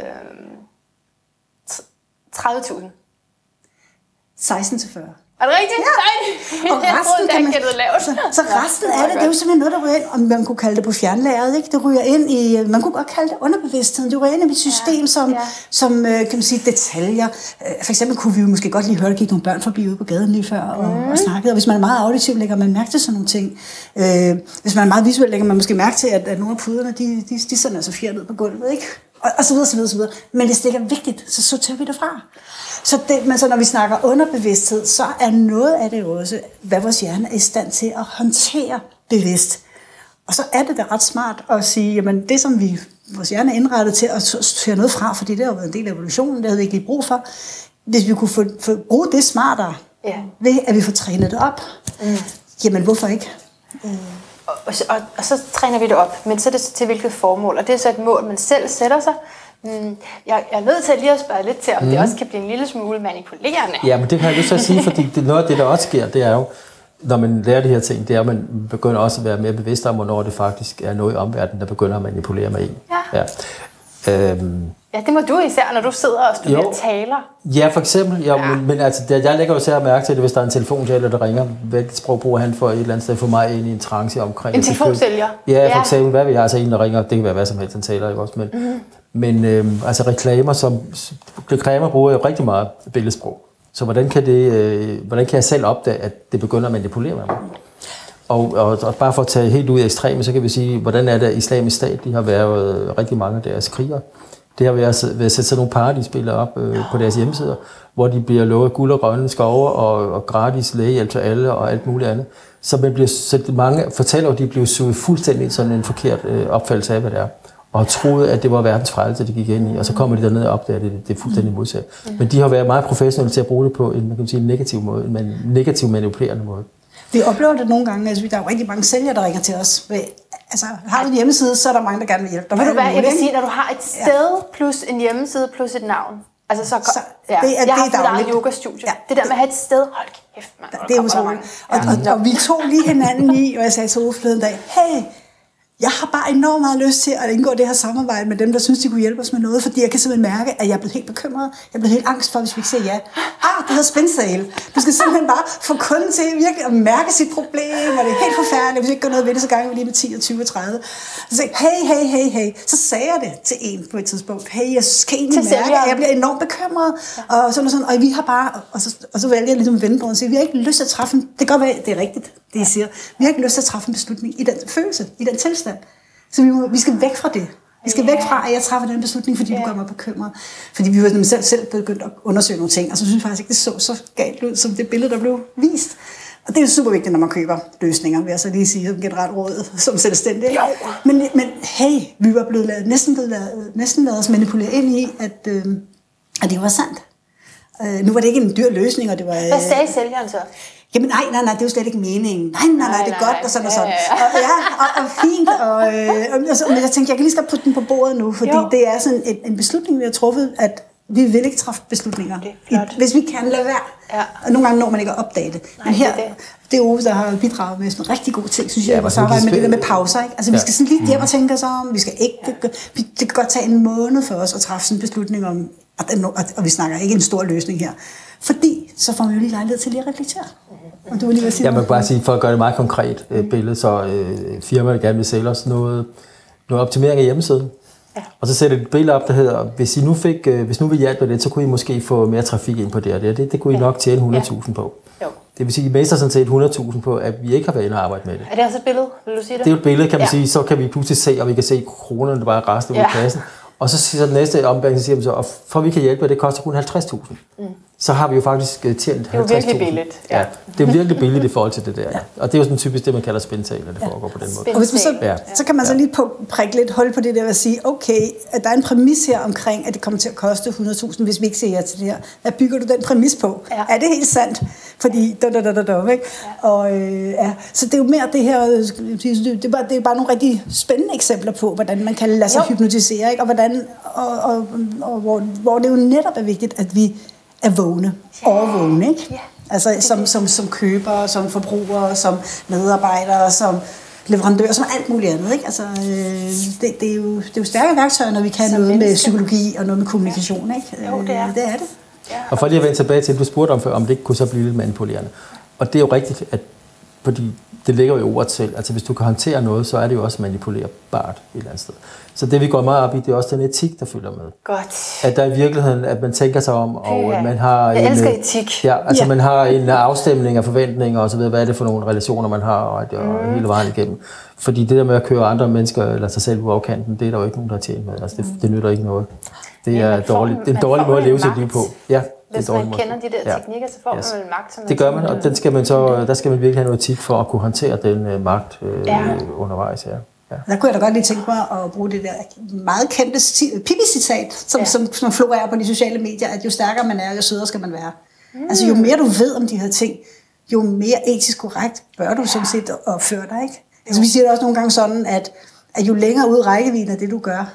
tredive tusind. seksten til fyrre. Er det rigtigt? Ja. Nej. Og Jeg resten troede, kan jeg man, gættede lavt. så, så resten af det, det er jo simpelthen noget, der ryger ind, og man kunne kalde det på fjernlæret, ikke? Det ryger ind i, man kunne godt kalde det underbevidstheden, det ryger ind i et system, Ja, som, ja. som øh, kan man sige, detaljer. Øh, For eksempel kunne vi jo måske godt lige høre, at der gik nogle børn forbi ude på gaden lige før og, mm. og snakkede, og hvis man er meget auditiv, lægger man mærke til sådan nogle ting. Øh, hvis man er meget visuel, lægger man måske mærke til, at, at nogle af puderne, de, de, de sender altså fjer ned på gulvet, ikke? Og, og så videre, så videre, så videre. Men hvis det ikke er vigtigt, så sorterer vi det fra. Så, det, men så når vi snakker underbevidsthed, så er noget af det også, hvad vores hjerne er i stand til at håndtere bevidst. Og så er det da ret smart at sige, jamen det som vi, vores hjerne er indrettet til at sortere noget fra, fordi det har været en del af evolutionen, det havde vi ikke lige brug for. Hvis vi kunne få, få, bruge det smartere, Ja. ved at vi får trænet det op, mm. jamen hvorfor ikke? Og, og, og, og så træner vi det op, men så er det til hvilket formål, og det er så et mål, man selv sætter sig. Mm, jeg, jeg er nødt til lige at spørge lidt til, om mm. det også kan blive en lille smule manipulerende. Ja, men det kan jeg lyst til at sige, fordi det, noget af det, der også sker, det er jo, når man lærer de her ting, det er, at man begynder også at være mere bevidst om, hvornår det faktisk er noget i omverdenen, der begynder at manipulere med en. Ja. Ja. Øhm, Ja, det må du især, når du sidder og studerer Jo. taler. ja, for eksempel. Ja, ja. Men, men altså, det, jeg lægger jo særlig mærke til det, hvis der er en telefonsælger, der ringer. Hvilket sprog bruger han for et eller andet sted for mig ind i en trance omkring? En telefonsælger? Ja, for Ja. eksempel. Hvad vil jeg? Altså en, der ringer. Det kan være hvad som helst, han taler ikke også. Men, mm-hmm. men øhm, altså reklamer, som, reklamer bruger jo rigtig meget billedsprog. Så hvordan kan, det, øh, hvordan kan jeg selv opdage, at det begynder at manipulere med mig? Og, og, og bare for at tage helt ud af ekstreme, så kan vi sige, hvordan er det, at Islamisk Stat, de har været rigtig mange af deres krigere. Det har været at sætte sådan nogle paradisbilleder op øh, på deres hjemmesider, hvor de bliver lovet guld og grønne skove og, og gratis lægehjælp til alle og alt muligt andet. Så man bliver, så mange fortæller, at de bliver suget fuldstændig sådan en forkert øh, opfattelse af, hvad det er. og troede, at det var verdens frelse, de gik ind i, og så kommer de derned og opdager det, det er fuldstændig modsat. Mm. Men de har været meget professionelle til at bruge det på en, man kan sige, en negativ måde, en negativ manipulerende måde. Vi oplever det nogle gange, altså der er jo rigtig mange sælgere, der ringer til os. Altså, har du en hjemmeside, så er der mange, der gerne vil hjælpe dig. Ved du hvad, jeg vil sige, når du har et sted plus en hjemmeside plus et navn, altså så, så ja. det er, jeg har haft et yoga-studie. Ja, det der med at have et sted, hold kæft, man. Det er utroligt. Og, og, og, og vi tog lige hinanden i, og jeg sagde til Ove forleden dag, hey, jeg har bare enormt meget lyst til at indgå det her samarbejde med dem, der synes, de kunne hjælpe os med noget, fordi jeg kan simpelthen mærke, at jeg er blevet helt bekymret. Jeg er blevet helt angst for, hvis vi ikke siger ja. Ah, det hedder spindsale. Du skal simpelthen bare få kunden til virkelig at mærke sit problem, og det er helt forfærdeligt, hvis ikke gør noget ved det, så gange vi lige med ti og tyve og tredive. Så sagde hey, hey, hey, hey. Så sagde jeg det til en på et tidspunkt. Hey, jeg kan egentlig mærke, at jeg bliver enormt bekymret. Ja. Og sådan og sådan. Og vi har bare, og så, og så valgte jeg ligesom at vende på og sige, vi har ikke lyst til at træffe en, det kan godt være, det er rigtigt, det I siger. Vi har ikke lyst til at træffe en beslutning i den følelse, i den tilstand. Så vi, må, vi skal væk fra det. Vi skal væk fra, at jeg træffer den beslutning, fordi yeah. du gør mig bekymret. Fordi vi har selv, selv begyndt at undersøge nogle ting, og så synes jeg faktisk ikke, det så så galt ud, som det billede, der blev vist. Og det er jo super vigtigt, når man køber løsninger, vil jeg så lige sige, som generelt råd, som selvstændig. Men, men hey, vi var blevet lavet, næsten blevet lavet, næsten lavet os manipulere ind i, at, øh, at det var sandt. Øh, nu var det ikke en dyr løsning, og det var... Øh, Hvad sagde sælgeren så? Jamen nej, nej, nej, det er jo slet ikke meningen. Nej, nej, nej, det er godt, og sådan og sådan. Og, ja, og, og fint, og, øh, og, men jeg tænkte, jeg kan lige skal putte den på bordet nu, fordi jo. det er sådan en, en beslutning, vi har truffet, at vi vil ikke træffe beslutninger, I, hvis vi kan lade være. Ja. Og nogle gange når man ikke at opdage det. Nej, men her, det er, det. det er Ove, der har bidraget med sådan en rigtig god ting, synes jeg, ja, at arbejde med det der med pauser. Ikke? Altså, ja. vi skal sådan lige hjem og tænke os om, vi skal ikke, det, det kan godt tage en måned for os at træffe sådan en beslutning om, og, og vi snakker ikke en stor løsning her. Fordi så får man jo lige lejlighed til lige at reflektere. Og du vil lige sige, jeg må bare sige, for at gøre det meget konkret øh, billede, så øh, firmaet gerne vil sælge os noget, noget optimering af hjemmesiden. Ja. Og så sætter et billede op, der hedder, hvis I nu fik, øh, hvis nu vi hjælper det, så kunne I måske få mere trafik ind på det og det. Det, det kunne I nok tjene hundrede tusind på. Jo. Det vil sige, at I mister sådan set hundrede tusind på, at vi ikke har været inde og arbejde med det. Er det også et billede? Vil du sige det? Det er jo et billede, kan man ja. sige. Så kan vi pludselig se, og vi kan se kronerne, der bare rester ud ja. i kassen. Og så siger den næste ombæring, så siger man så, og for at vi kan hjælpe, det koster kun halvtreds tusind. Mm. Så har vi jo faktisk tjent halvtreds tusind. Det er jo virkelig billigt. Ja. ja. Det er virkelig billigt i forhold til det der. Ja. Og det er jo sådan typisk det, man kalder spindtale, når det ja. foregår på den måde. Og hvis man så, ja. så kan man så lige på, prikke lidt hold på det der og sige, okay, at der er en præmis her omkring, at det kommer til at koste hundrede tusind, hvis vi ikke siger ja til det her. Hvad bygger du den præmis på? Ja. Er det helt sandt? Fordi, da, da, da, da, da, ikke? Ja. Og, øh, ja. Så det er jo mere det her, det er, bare, det er bare nogle rigtig spændende eksempler på, hvordan man kan lade sig jo. hypnotisere, ikke? Og hvordan, og, og, og hvor, hvor det jo netop er vigtigt, at vi er vågne, overvågne, ikke? Yeah. Altså som, som, som købere, som forbrugere, som medarbejdere, som leverandører, som alt muligt andet, ikke? Altså, øh, det, det, er jo, det er jo stærke værktøjer, når vi kan som noget menneske. Med psykologi og noget med kommunikation, ikke? Jo, det er det. Er det. Ja. Og for lige at vende tilbage til, at du spurgte om før, om det ikke kunne så blive lidt manipulerende. Og det er jo rigtigt, at fordi det ligger jo i ordet selv. Altså hvis du kan håndtere noget, så er det jo også manipulerbart et eller andet sted. Så det vi går meget op i, det er også den etik, der følger med. Godt. At der i virkeligheden, at man tænker sig om, og ja. man har Jeg en, elsker etik. Ja, altså ja. man har en afstemning af forventninger og så videre, hvad er det for nogle relationer, man har, og, og mm. hele vejen igennem. Fordi det der med at køre andre mennesker eller sig selv på overkanten, det er der jo ikke nogen, der har tjent med. Altså det, det nytter ikke noget. Det er, dårligt, det er en dårlig måde at leve sit liv på. Ja. Hvis man kender de der teknikker, så får yes. man vel magt. Som det gør man, og den skal man så, der skal man virkelig have noget etik for at kunne håndtere den uh, magt uh, ja. undervejs. Ja. Ja. Der kunne jeg da godt lige tænke mig at bruge det der meget kendte Pippi-citat, som, ja. som, som florerer på de sociale medier, at jo stærkere man er, jo sødere skal man være. Mm. Altså jo mere du ved om de her ting, jo mere etisk korrekt bør du sådan set opføre dig, ikke? Altså vi siger det også nogle gange sådan, at, at jo længere ud rækkevidden af det du gør,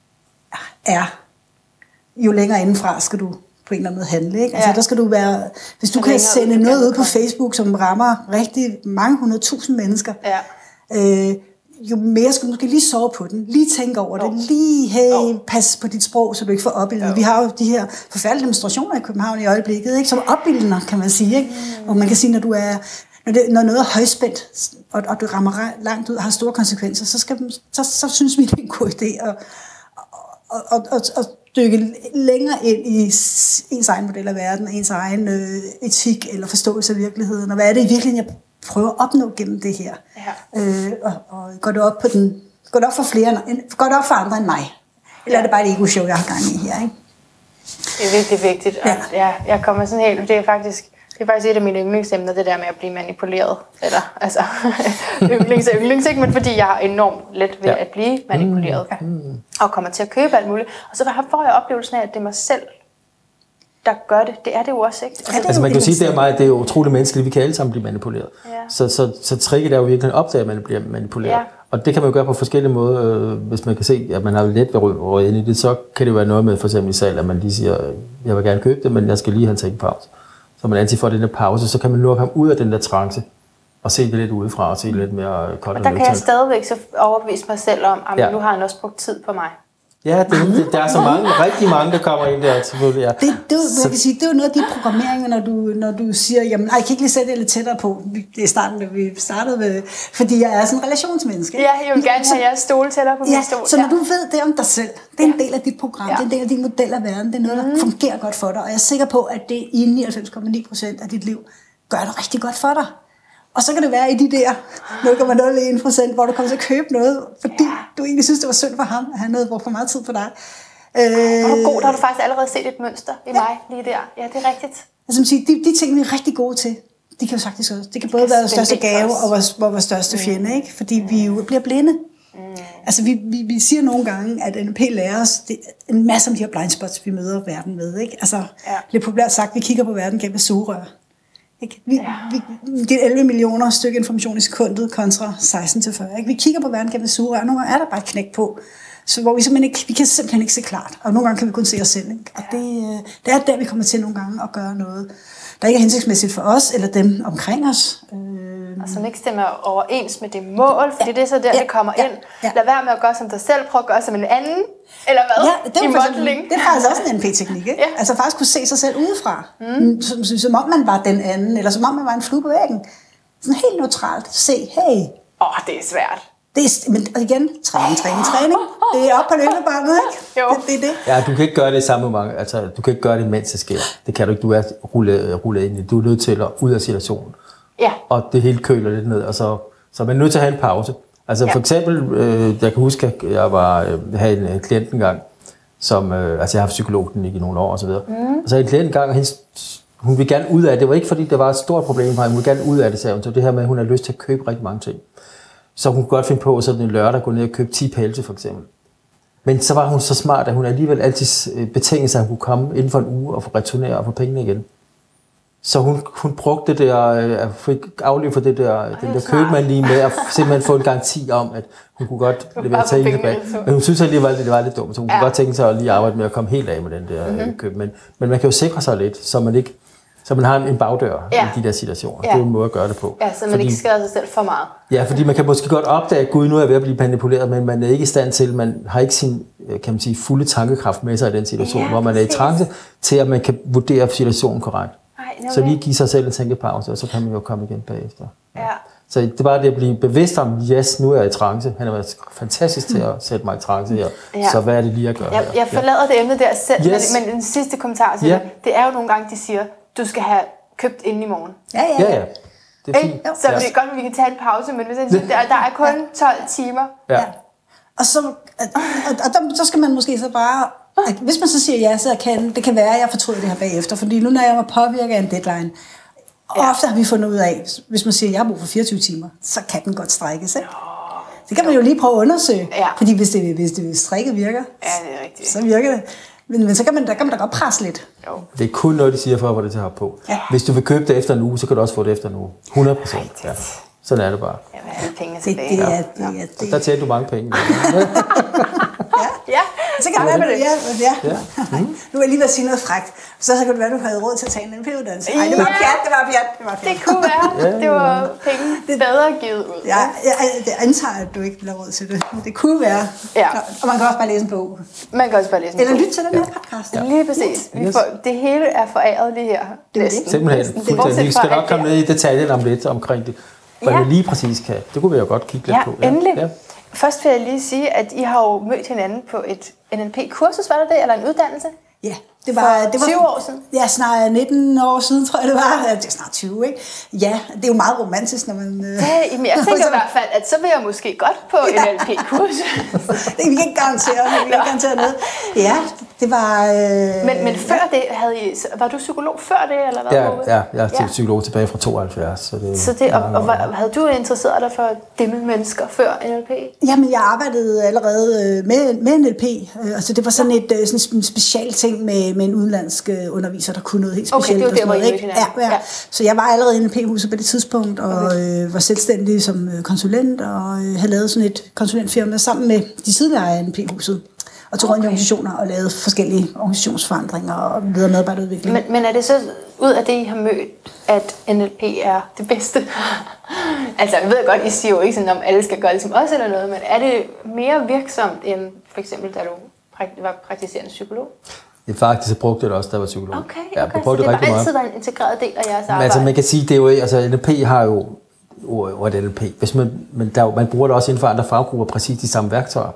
er, jo længere indenfra skal du på en eller anden måde handle, ikke? Altså ja. der skal du være, hvis du så kan sende noget ud på Facebook, som rammer rigtig mange hundrede tusind mennesker, ja. øh, jo mere skal du måske lige sove på den, lige tænke over jo. det, lige hey, jo. pas på dit sprog, så du ikke får opbildet. Vi har jo de her forfærdelige demonstrationer i København i øjeblikket, ikke? Som opbildende, kan man sige, ikke? Mm. Og man kan sige, når du er, når, det, når noget er højspændt, og, og du rammer langt ud og har store konsekvenser, så, skal, så, så synes vi, det er en god idé at og, og, og, og dykke længere ind i ens egen model af verden, ens egen øh, etik eller forståelse af virkeligheden, og hvad er det i virkeligheden, jeg prøver at opnå gennem det her. Ja. Øh, og, og går det op på den, går det op for flere, går det op for andre end mig? Eller er det bare et ego-show, jeg har gang i her, ikke? Det er virkelig vigtigt, og ja. Ja, jeg kommer sådan helt, det er faktisk Det er faktisk et af mine yndlingsemner, det der med at blive manipuleret. Eller, altså, yndlings og yndlings, ikke? Men fordi jeg har enormt let ved ja. at blive manipuleret. Ja. Og kommer til at købe alt muligt. Og så får jeg oplevelsen af, at det er mig selv, der gør det. Det er det jo også, ikke? Altså, altså man kan jo sige, det er, meget, det er jo utroligt menneskeligt. Vi kan alle sammen blive manipuleret. Ja. Så, så, så tricket er jo virkelig at opdage, at man bliver manipuleret. Ja. Og det kan man jo gøre på forskellige måder. Øh, hvis man kan se, at man har let ved røget ind i det, så kan det jo være noget med, for eksempel i salg, at man lige siger, jeg vil gerne købe det, men jeg skal lige have en tænkepause. Så man altid får den der pause, så kan man nu komme ud af den der trance, og se det lidt udefra, og se lidt mere koldt. Og der kan jeg stadigvæk så overbevise mig selv om, at ja. nu har han også brugt tid på mig. Ja, det, det, der er så mange, rigtig mange, der kommer ind der. Selvfølgelig, ja. Det, det, så, jeg kan sige, det er jo noget af de programmeringer, når du, når du siger, jamen, ej, jeg kan ikke lige sætte det lidt tættere på. Det er starten, vi startede med, fordi jeg er sådan en relationsmenneske. Ja, jeg vil gerne have jeres stole tættere på ja, min stol. Så når ja. du ved det om dig selv, det er en del af dit program, ja. det er en del af din model af verden, det er noget, der mm. fungerer godt for dig, og jeg er sikker på, at det i nioghalvfems komma ni procent af dit liv gør det rigtig godt for dig. Og så kan det være i de der nul komma nul en procent, hvor du kommer til at købe noget, fordi ja. du egentlig synes, det var synd for ham, at han havde brugt for meget tid på dig. Øh, hvor er du god, der har du faktisk allerede set et mønster i ja. mig lige der. Ja, det er rigtigt. Altså, sige, de, de ting, vi er rigtig gode til, de kan jo faktisk også. Det kan både være vores største gave og vores, vores største mm. fjende, ikke? Fordi mm. vi jo bliver blinde. Mm. Altså, vi, vi, vi siger nogle gange, at N L P lærer os det, en masse om de her blindspots, vi møder verden med, ikke? Altså, ja. lidt populært sagt, vi kigger på verden gennem et sugerør. Ikke? Vi, ja. vi, det er elleve millioner stykke information i sekundet kontra seksten til fyrre. Ikke? Vi kigger på verden gennem et sugerør, og nogle gange er der bare et knæk på, så hvor vi simpelthen ikke, vi kan simpelthen ikke se klart, og nogle gange kan vi kun se os selv. Ikke? Og det, det er der, vi kommer til nogle gange at gøre noget, der ikke er hensigtsmæssigt for os, eller dem omkring os. Og som ikke stemmer overens med det mål, fordi ja. det er så der, ja. det kommer ja. ind. Ja. Lad være med at gøre som dig selv, prøv at gøre som en anden, eller hvad? Ja, det, I er modeling. Det er faktisk også en N L P-teknik, ikke? Ja. Altså faktisk kunne se sig selv udefra, mm. som, som om man var den anden, eller som om man var en flue på væggen. Sådan helt neutralt. Se, hey. Åh, oh, det er svært. Det er, men igen, træning, træning, træning. Det er op på løbebåndet, ikke? Jo. Det, det er det. Ja, du kan ikke gøre det samme mange. Altså, du kan ikke gøre det, mens det sker. Det kan du ikke. Du er rullet, rullet ind i. Du er nødt til at ud af situationen. Ja. Og det hele køler lidt ned, og så, så man er nødt til at have en pause. Altså ja. for eksempel, øh, jeg kan huske, at jeg var, øh, havde en klient engang, som, øh, altså jeg har haft psykologklinik i nogle år og så videre. Mm. Og så havde en klient engang, og hendes, hun ville gerne ud af det. Det var ikke fordi, det var et stort problem for hende. Hun ville gerne ud af det, sagde hun. Så det her med, at hun har lyst til at købe rigtig mange ting. Så hun kunne godt finde på sådan en lørdag at gå ned og købe ti pelse for eksempel. Men så var hun så smart, at hun alligevel altid betingede sig, at hun kunne komme inden for en uge og få returnere og få pengene igen. Så hun, hun brugte det der, at fik afløb for det der, Ej, den der købmand lige med, at simpelthen få en garanti om, at hun kunne godt levere tingene tilbage. Men hun synes alligevel, at det var lidt dumt, så hun ja. kunne godt tænke sig at lige arbejde med at komme helt af med den der mm-hmm. køb. Men, men man kan jo sikre sig lidt, så man ikke, så man har en bagdør ja. i de der situationer. Ja. Det er jo en måde at gøre det på. Ja, så man fordi, ikke skader sig selv for meget. Ja, fordi man kan måske godt opdage, at Gud nu er ved at blive manipuleret, men man er ikke i stand til, man har ikke sin, kan man sige, fulde tankekraft med sig i den situation, ja, hvor man er i trance, til at man kan vurdere situationen korrekt. Ej, så lige give sig selv en tænkepause, og så kan man jo komme igen bagefter. Ja. Så det er bare det at blive bevidst om, yes, nu er jeg i trance. Han har været fantastisk til at sætte mig i trance her. Ja. Så hvad er det lige at gøre jeg, her? Jeg forlader ja. det emne der selv, yes. men, men den sidste kommentar til ja. det, det er jo nogle gange, de siger, du skal have købt inden i morgen. Ja, ja, ja. ja. Det er fint. Ej, så ja. det er godt, at vi kan tage en pause, men hvis jeg siger, der, der er kun tolv timer. Ja. ja. Og, så, og, og der, så skal man måske så bare... At hvis man så siger ja, så kan det kan være, at jeg fortryder det her bagefter. Fordi nu når jeg var påvirket af en deadline, og ja. ofte har vi fundet ud af, hvis man siger, at jeg har brug for fireogtyve timer, så kan den godt strækkes. Ikke? Det kan man jo lige prøve at undersøge. Ja. Fordi hvis det, hvis det strikket virker, ja, det er rigtigt. så virker det. Men, men så kan man, der kan man da godt presse lidt. Jo. Det er kun noget, de siger for at få det til at have på. Ja. Hvis du vil købe det efter en uge, så kan du også få det efter en uge. hundrede procent. Ja. Sådan er det bare. Ja, hvad er det penge det, tilbage? det, ja. er, det, er, det. Der tjener du mange penge. ja. ja, så kan det være, det. Ja, ja. ja. Mm. Nu vil jeg lige være sige noget frækt. Så kan det være, at du havde råd til at tage en N L P-uddannelse. Nej, det var pjat, det var pjat. Det, var pjat. Det kunne være. Det var penge bedre givet ud. Ja, jeg, jeg antager, at du ikke vil have råd til det. Det kunne være. Ja. Og man kan også bare læse en bog. Man kan også bare læse en Eller bog. Eller lytte til den her podcast. Ja. Lige præcis. Vi får, det hele er foræret lige her. Det er det. Simpelthen. Fuldstændig. Vi skal nok komme ned i detaljen om lidt omkring det. Hvad ja. lige præcis kan. Det kunne vi jo godt kigge lidt ja, på. Ja, endelig. Ja. Først vil jeg lige sige, at I har jo mødt hinanden på et N L P-kursus, var det det? Eller en uddannelse? Ja, det var, det var tyve år siden? Ja, snart nitten år siden, tror jeg det var. Det er snart tyve, ikke? Ja, det er jo meget romantisk, når man... Det, jeg tænker i hvert fald, at så vil jeg måske godt på ja. N L P-kursus. Det kan vi ikke garantere, vi kan ikke garantere noget. Ja, Det var... Øh, men, men før ja. det, havde I, var du psykolog før det, eller hvad? Ja, ja, jeg er ja. psykolog tilbage fra tooghalvfjerds. Så det, så det, og, og, og havde du interesseret dig for dimme mennesker før N L P? Jamen, jeg arbejdede allerede med, med N L P. Altså, det var sådan, et, sådan en special ting med, med en udenlandsk underviser, der kunne noget helt specielt. Okay, det var der, hvor I ja, ja. ja. Så jeg var allerede i N L P-huset på det tidspunkt, og okay. øh, var selvstændig som konsulent, og øh, havde lavet sådan et konsulentfirma sammen med de tidligere af N L P-huset. Og tog rundt i organisationer og lavede forskellige organisationsforandringer og videre medarbejderudvikling. Men, men er det så ud af det, I har mødt, at N L P er det bedste? Altså, jeg ved godt, I siger jo ikke sådan, om alle skal gøre det som os eller noget, men er det mere virksomt end for eksempel, da du var praktiserende psykolog? Det faktisk, jeg brugte det også, da jeg var psykolog. Okay, okay. Ja, så det har altid været en integreret del af jeres arbejde? Men altså, man kan sige, det er jo altså N L P har jo ordet N L P. Hvis man, men der, man bruger det også inden for andre faggrupper, præcis de samme værktøjer.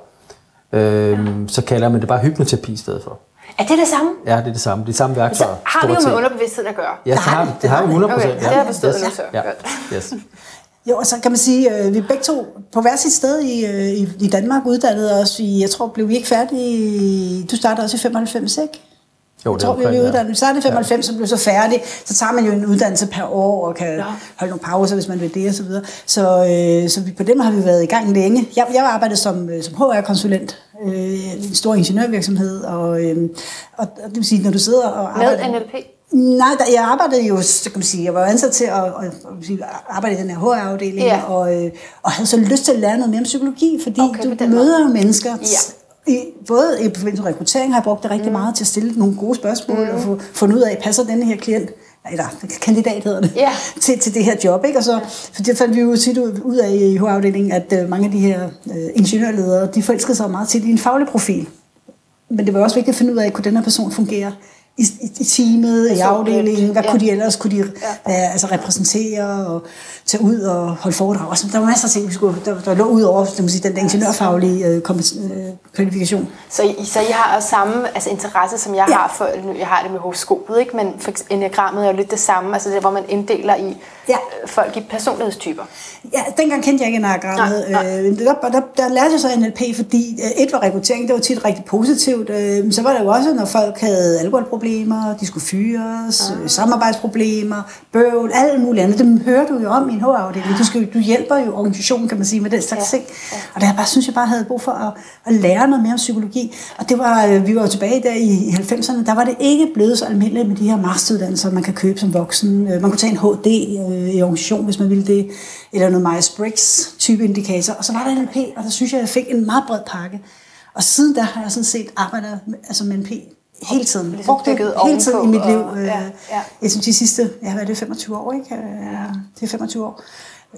Øhm, ja. Så kalder man det bare hypnoterapi i stedet for. Er det det samme? Ja, det er det samme. Det er samme værktøjer. Så har vi jo med underbevidstheden at gøre? Ja, det har vi. Det har vi hundrede procent. Okay, det har jeg forstået nu så. Ja. Yes. Jo, og så kan man sige, at vi begge to på hver sit sted i, i, i Danmark uddannede os. I, jeg tror, blev vi ikke færdige. Du startede også i femoghalvfems, ikke? Jo, jeg tror, vi var uddannet. Vi startede i femoghalvfems, ja. Så blev så færdig. Så tager man jo en uddannelse per år, og kan ja. holde nogle pauser, hvis man vil det, og så videre. Så, øh, så vi, på dem har vi været i gang længe. Jeg, jeg arbejdede som, som H R-konsulent øh, i en stor ingeniørvirksomhed, og, øh, og, og det vil sige, når du sidder og arbejder... Med N L P? Nej, der, jeg arbejdede jo, så kan man sige, jeg var ansat til at, at, at arbejde i den her H R-afdeling, ja. og, øh, og havde så lyst til at lære noget mere om psykologi, fordi okay, du møder jo mennesker... Ja. I, både i forbindelse med rekruttering har jeg brugt det rigtig mm. meget til at stille nogle gode spørgsmål mm. og få fundet ud af, passer denne her klient, eller kandidat hedder det, yeah. til, til det her job. Ikke? Og så, for det fandt vi jo tit ud, ud af i H R-afdelingen, at uh, mange af de her uh, ingeniørledere, de forelskede sig meget tit i en faglig profil. Men det var også vigtigt at finde ud af, kunne den her person fungere i, i, i teamet, i afdelingen, hvad ja. kunne de ellers, kunne de ja. uh, altså repræsentere og tage ud og holde foredrag. Og så, der var masser af ting, vi skulle, der, der lå ud over den, den ingeniørfaglige uh, kvalifikation. Så I, så I har også samme altså, interesse, som jeg ja. har for, jeg har det med horoskopet, ikke? Men for enneagrammet er jo lidt det samme, altså det, hvor man inddeler i ja. folk i personlighedstyper. Ja, dengang kendte jeg ikke enneagrammet. Øh, der, der, der lærte jeg så N L P, fordi et var rekruttering, det var tit rigtig positivt. Øh, så var der jo også, når folk havde alkoholproblemer, de skulle fyres, ah. samarbejdsproblemer, bøvl, alt muligt andet. Dem hører du jo om i en H R-afdeling. Du, skal, du hjælper jo organisationen, kan man sige, med den slags ting. Ja. Ja. Og der bare, synes jeg bare, havde brug for at, at lære noget mere om psykologi. Og det var, vi var jo tilbage der i halvfemserne, der var det ikke blevet så almindeligt med de her masteruddannelser, man kan købe som voksen. Man kunne tage en H D i organisation, hvis man ville det, eller noget Myers-Briggs type indikator. Og så var der N L P, og der synes jeg, jeg fik en meget bred pakke. Og siden der har jeg sådan set arbejdet med, altså med N L P hele tiden. Ligesom brugt det hele tiden i mit liv. Og, ja, ja. Jeg synes de sidste, ja, hvad er det, femogtyve år, ikke? Det er femogtyve år.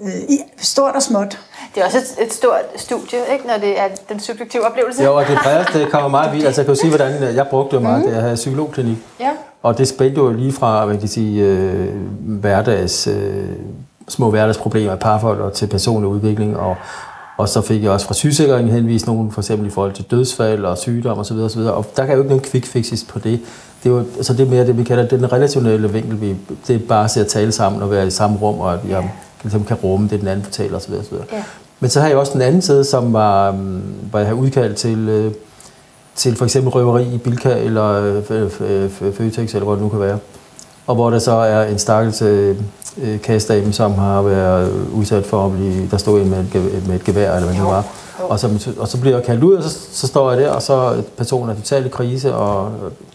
I stort og småt. Det er også et, et stort studie, ikke, når det er den subjektive oplevelse. Jo, og det brevste kommer meget vildt. Altså, jeg kan jo sige, hvordan jeg brugte det meget, mm. da jeg havde psykologklinik. Ja. Og det spændte jo lige fra, hvad kan jeg sige, øh, hverdags, øh, små hverdagsproblemer i parforhold og til personlig udvikling. Og, og så fik jeg også fra sygesikringen henvist nogen, for eksempel i forhold til dødsfald og sygdom osv. Og, og der kan jo ikke nogen quick fixes på det. Det er jo, altså det er mere det, vi kalder den relationelle vinkel. Vi, det er bare at se at tale sammen og være i samme rum, og at vi har, ligesom kan rumme det, den anden fortæller osv. Ja. Men så har jeg også den anden side, som var, hvor jeg har udkaldt til, til for eksempel røveri i Bilka eller Føtex, eller hvor det nu kan være. Og hvor der så er en stakkels kastdame, som har været udsat for at blive, der stod med et, med et gevær, eller hvad det var. Og så, og så bliver jeg kaldt ud, og så, så står jeg der, og så personen er totalt i krise, og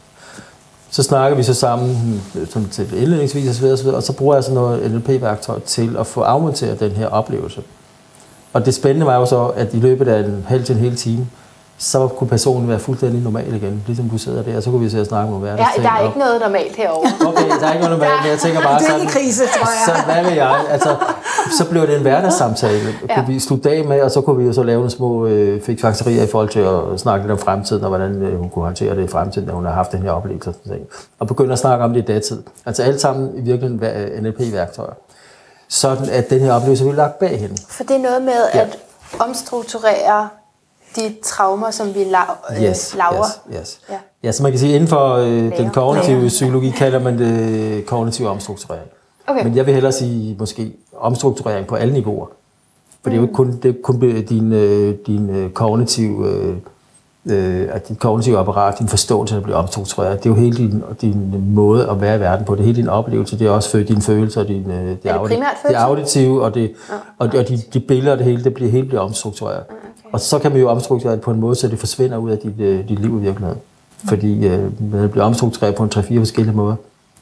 så snakker vi så sammen som til indledningsvis og så videre, og så videre, og så bruger jeg sådan noget N L P-værktøj til at få afmonteret den her oplevelse. Og det spændende var jo så, at i løbet af en halv til en hel time, så kunne personen være fuldstændig normal igen, ligesom du sidder der, og så kunne vi sidde og snakke om hverdagsting. Ja, der er ikke noget normalt herovre. Okay, der er ikke noget normalt, men jeg tænker bare sådan... Det er ikke krise, tror jeg. Så hvad vil jeg? Altså, så blev det en hverdagssamtale, ja. Kunne vi slutte af med, og så kunne vi jo så lave nogle små øh, fiksfakserier i forhold til at snakke lidt om fremtiden, og hvordan øh, hun kunne håndtere det i fremtiden, når hun har haft den her oplevelse. Og, sådan, og begynde at snakke om det i datid. Altså alt sammen i virkeligheden N L P-værktøjer. Sådan at den her oplevelse ville lagt bag hende. For det er noget med ja. at omstrukturere de traumer, som vi la- yes, laver. Yes, yes. Ja. ja, så man kan sige, inden for øh, den kognitive Lærer. psykologi kalder man det kognitiv omstrukturering. Okay. Men jeg vil hellere sige måske omstrukturering på alle niveauer. For mm. det er jo ikke kun, det er kun din, din kognitive øh, at dit kognitive apparat, din forståelse, der bliver omstruktureret. Det er jo hele din, din måde at være i verden på. Det er hele din oplevelse. Det er også for dine følelser. Din, øh, det, er det primært følelser? Det auditive, og, det, ja. og, og de, de billeder, det hele, det bliver helt bliver omstruktureret. Okay. Og så kan man jo omstrukturere det på en måde, så det forsvinder ud af dit, øh, dit liv i virkeligheden. Mm. Fordi øh, når det bliver omstruktureret på en tre fire forskellige måder,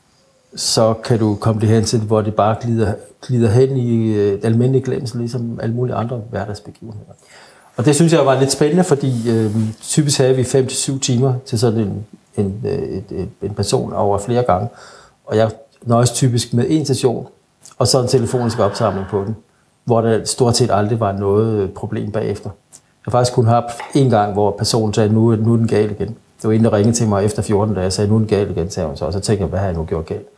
så kan du komme det hen til, hvor det bare glider, glider hen i øh, almindelig glemsel, ligesom alle mulige andre hverdagsbegivenheder. Og det synes jeg var lidt spændende, fordi øh, typisk havde vi fem til syv timer til sådan en, en, et, et, en person over flere gange. Og jeg nøjes typisk med en session, og så en telefonisk opsamling på den, hvor der stort set aldrig var noget problem bagefter. Jeg har faktisk kun haft en gang, hvor personen sagde, nu, nu er den gal igen. Det var en, der ringede til mig efter fjorten dage og sagde, nu er den gal igen, sagde hun så. Og så tænkte jeg, hvad har jeg nu gjort galt?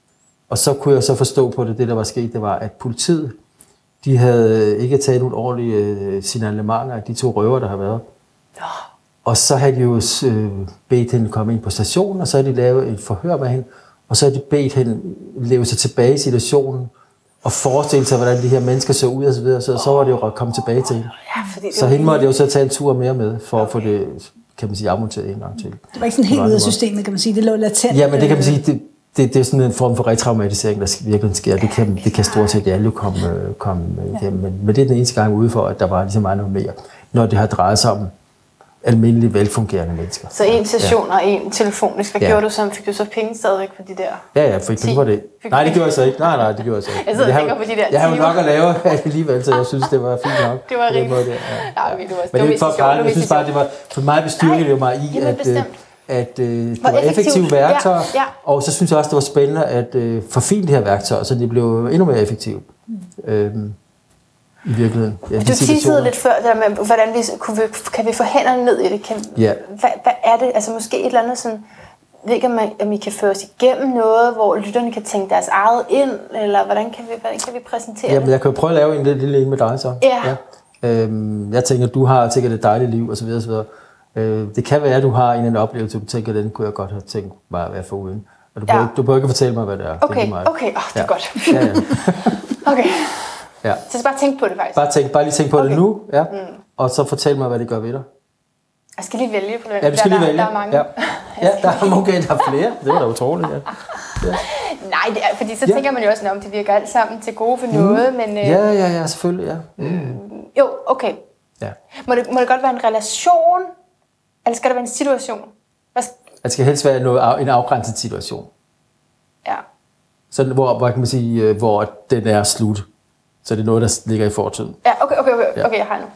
Og så kunne jeg så forstå på det, det der var sket, det var, at politiet, de havde ikke taget nogle ordentlige signalementer af de to røver, der har været. Ja. Og så havde de jo øh, bedt hende komme ind på stationen, og så havde de lavet et forhør med hende, og så havde de bedt hende leve sig tilbage i situationen, og forestille sig, hvordan de her mennesker så ud og så videre. Så, så var det jo at komme tilbage til hende. Ja, så hende måtte jo så tage en tur mere med, for at få det, kan man sige, afmonteret en gang til. Det var ikke sådan helt ud af systemet, kan man sige. Det lå latent. Ja, men det kan man sige, det, det, det er sådan en form for retraumatisering, der virkelig sker. Det kan, det kan stort set alle komme, komme igennem. Men, men det er den eneste gang ude for, at der var ligesom meget noget mere, når det har drejet sig om almindelige, velfungerende mennesker. Så en session ja. og en telefonisk. Hvad ja. gjorde du så? Fik du så penge stadigvæk på de der? Ja, ja, fik penge på det. Nej, det gjorde jeg så ikke. Nej, nej, det gjorde jeg så ikke. Jeg sidder og tænker på de der Jeg har jo nok at lave alligevel, så jeg synes, det var fint nok. Det var rigtigt. Ja. Ja, okay, det var, men det er ikke for at prale. Jeg synes bare, det var, for mig bestyrkede det jo mig i, at, at, at uh, det var effektive værktøjer. Ja, ja. Og så synes jeg også, det var spændende at uh, forfine de her værktøjer, så de blev endnu mere effektive. Mm. Øhm, I virkeligheden. Ja, du teasede lidt før, der med, hvordan vi, kunne vi, kan vi få hænderne ned i det? Kan, ja. hvad, hvad er det? Altså måske et eller andet sådan, ved ikke, om, om I kan føre os igennem noget, hvor lytterne kan tænke deres eget ind, eller hvordan kan vi, hvordan kan vi præsentere Jamen, det? jeg kan jo prøve at lave en lille en med dig så. Ja. ja. Øhm, jeg tænker, du har sikkert et dejligt liv, og så videre, og så videre. Øh, det kan være, at du har en anden oplevelse, du tænker, den kunne jeg godt have tænkt mig at være foruden. Og du, ja. behøver, du behøver ikke fortælle mig, hvad det er. Okay, det er okay, oh, det er ja. godt. ja, ja. Okay. Ja. Så jeg skal bare tænke på det faktisk. Bare, tænk, bare lige tænk på okay. det nu, ja. Mm. Og så fortæl mig, hvad det gør ved dig. Jeg skal lige vælge på det. Ja, du skal der, lige vælge. Der er mange. Ja, ja der er mange, der er flere. Det var da utroligt, ja. ja. Nej, det er, fordi så ja. tænker man jo også, om det virker alt sammen til gode for mm. noget, men... Øh, ja, ja, ja, selvfølgelig, ja. Mm. Jo, okay. Ja. Må, det, må det godt være en relation, eller skal det være en situation? Hvad sk- det skal helst være noget, en afgrænset situation. Ja. Sådan, hvor, hvor, kan man sige, hvor den er slut. Så det er noget, der ligger i fortiden. Ja, okay, okay, okay, ja. okay, jeg har nu.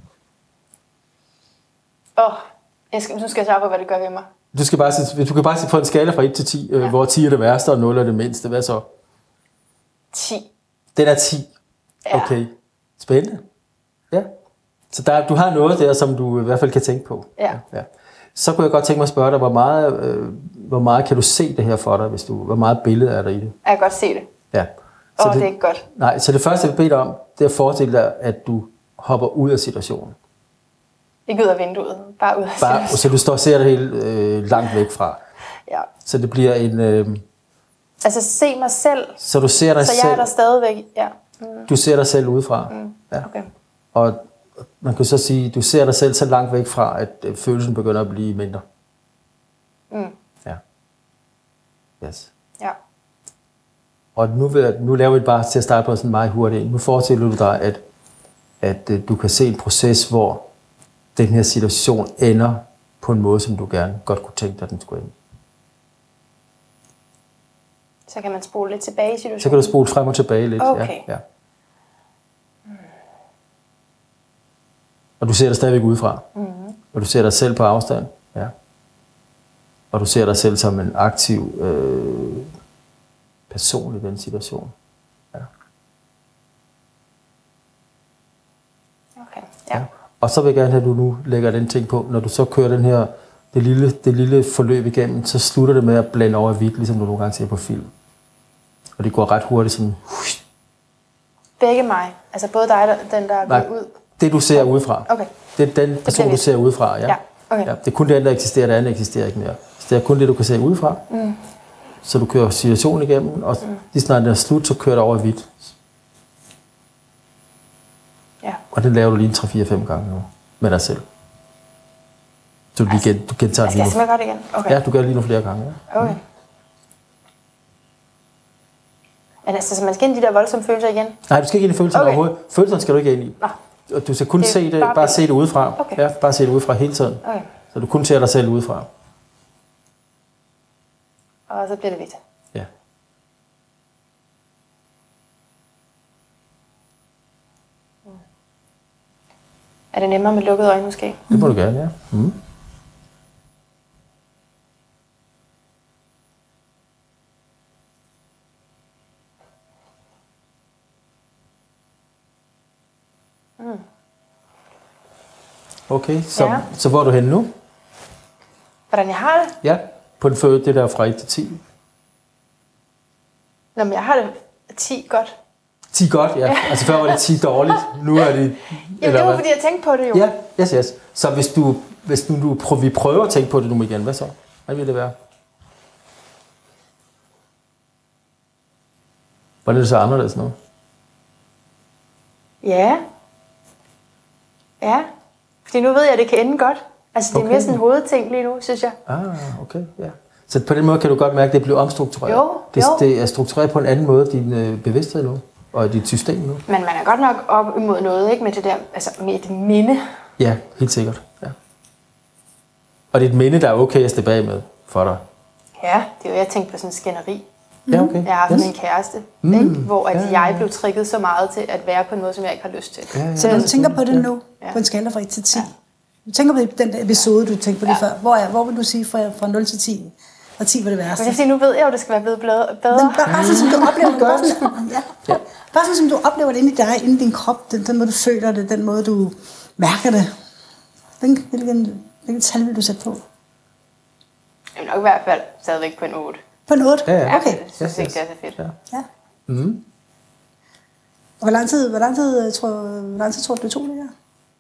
Åh, oh, jeg skal, nu skal jeg svare på, hvad det gør ved mig. Du, skal bare, du kan bare se på en skala fra et til ti, ja. hvor ti er det værste, og nul er det mindste. Hvad så? ti. Den er ti? Ja. Okay. Spændende. Ja. Så der, du har noget der, som du i hvert fald kan tænke på. Ja. ja. Så kunne jeg godt tænke mig at spørge dig, hvor meget, øh, hvor meget kan du se det her for dig, hvis du, hvor meget billede er der i det? Jeg kan godt se det. Ja. Åh, oh, det er ikke godt. Nej, så det første, jeg vil bede dig om, det er at forestille dig, at du hopper ud af situationen. Ikke ud af vinduet, bare ud af bare, situationen. Så du står og ser det helt øh, langt væk fra. Ja. Så det bliver en... Øh, altså se mig selv, så du ser dig så jeg er der stadigvæk. Ja. Mm. Du ser dig selv udefra. Mm. Ja. Okay. Og man kan så sige, du ser dig selv så langt væk fra, at øh, følelsen begynder at blive mindre. Mm. Ja. Yes. Ja. Og nu, vil, nu laver vi det bare til at starte på sådan meget hurtigt. Nu forestiller du dig, at, at øh, du kan se en proces, hvor den her situation ender på en måde, som du gerne godt kunne tænke dig, at den skulle ende. Så kan man spole lidt tilbage i situationen? Så kan du spole frem og tilbage lidt. Okay. Ja, ja. Og du ser dig stadigvæk udefra. Mm-hmm. Og du ser dig selv på afstand. Ja. Og du ser dig selv som en aktiv øh, person i den situation. Ja. Okay, ja. Ja. Og så vil jeg gerne have, at du nu lægger den ting på, når du så kører den her, det lille, det lille forløb igennem, så slutter det med at blande over i hvidt, ligesom du nogle gange ser på film. Og det går ret hurtigt sådan... Begge mig? Altså både dig, den der er Nej, ud? det du ser udefra. Okay. Det er den person, du ser udefra, ja. Ja, okay. Ja, det er kun det, der eksisterer, det andet eksisterer ikke mere. Så det er kun det, du kan se udefra. Mm. Så du kører situationen igennem, og mm. lige snart den er slut, så kører det over i hvidt. Ja. Og den laver du lige tre fire fem gange nu, med dig selv. Så du, altså, gen, du gentager det lige nu. Skal jeg simpelthen gøre det igen? Okay. Ja, du gør det lige nu flere gange. Ja. Okay. Men altså, så man skal ind i de der voldsomme følelser igen? Nej, du skal ikke ind i følelserne okay. overhovedet. Følelserne skal du ikke ind i. Nå. Du skal kun det se det, bare, bare se det udefra. Okay. Ja, bare se det udefra hele tiden. Okay. Så du kun ser dig selv udefra. Og så bliver det hvidt. Ja. Mm. Er det nemmere med lukkede øjne måske? Det må du gerne, ja. Mm. Mm. Okay, så, ja. så hvor er du henne nu? Hvordan jeg har det? Ja, på den føde, det der fra et til ti. Nå, men jeg har det ti godt. ti godt, ja. ja. Altså før var det ti dårligt, nu er det... Ja, det var hvad? Fordi jeg tænkte på det jo. Ja, yes, yes. Så hvis du, hvis nu du prøver, vi prøver at tænke på det nu igen, hvad så? Hvad vil det være? Hvordan er det så anderledes nu? Ja. Ja. Fordi nu ved jeg, at det kan ende godt. Altså, det er okay. mere sådan en hovedting lige nu, synes jeg. Ah, okay, ja. Så på den måde kan du godt mærke, at det bliver omstruktureret. Jo, det, jo. Det er struktureret på en anden måde, din øh, bevidsthed nu, og dit system nu. Men man er godt nok op imod noget, ikke? Med det der, altså med et minde. Ja, helt sikkert, ja. Og det er et minde, der er okay at stå bag med for dig. Ja, det er jo, jeg tænkte på sådan en skænderi. Ja, okay. Jeg har haft yes. en kæreste, mm. ikke? Hvor at ja, ja. jeg blev trigget så meget til at være på noget, som jeg ikke har lyst til. Ja, ja. Så når du tænker på det nu, ja. på en skala fra et til ti, ja. du tænker på den episode, du tænkte på lige ja. før, hvor, er, hvor vil du sige fra, fra nul til ti? Og ti var det værste. Jeg sige, nu ved jeg jo, at det skal være blevet bedre. Men bare, bare sådan, som du oplever det. Bare sådan, ja. Ja. Bare sådan, som du oplever det inde i dig, inde i din krop, den, den måde, du føler det, den måde, du mærker det. Hvilken, hvilken, hvilken tal vil du sætte på? Jeg vil nok i hvert fald stadigvæk på en otte. På en otte? Ja, ja. Okay. Jeg synes ikke, det er så fedt. Ja. ja. Mm. Og hvor lang tid, hvor lang tid, tror, hvor lang tid tror du, det tog det her?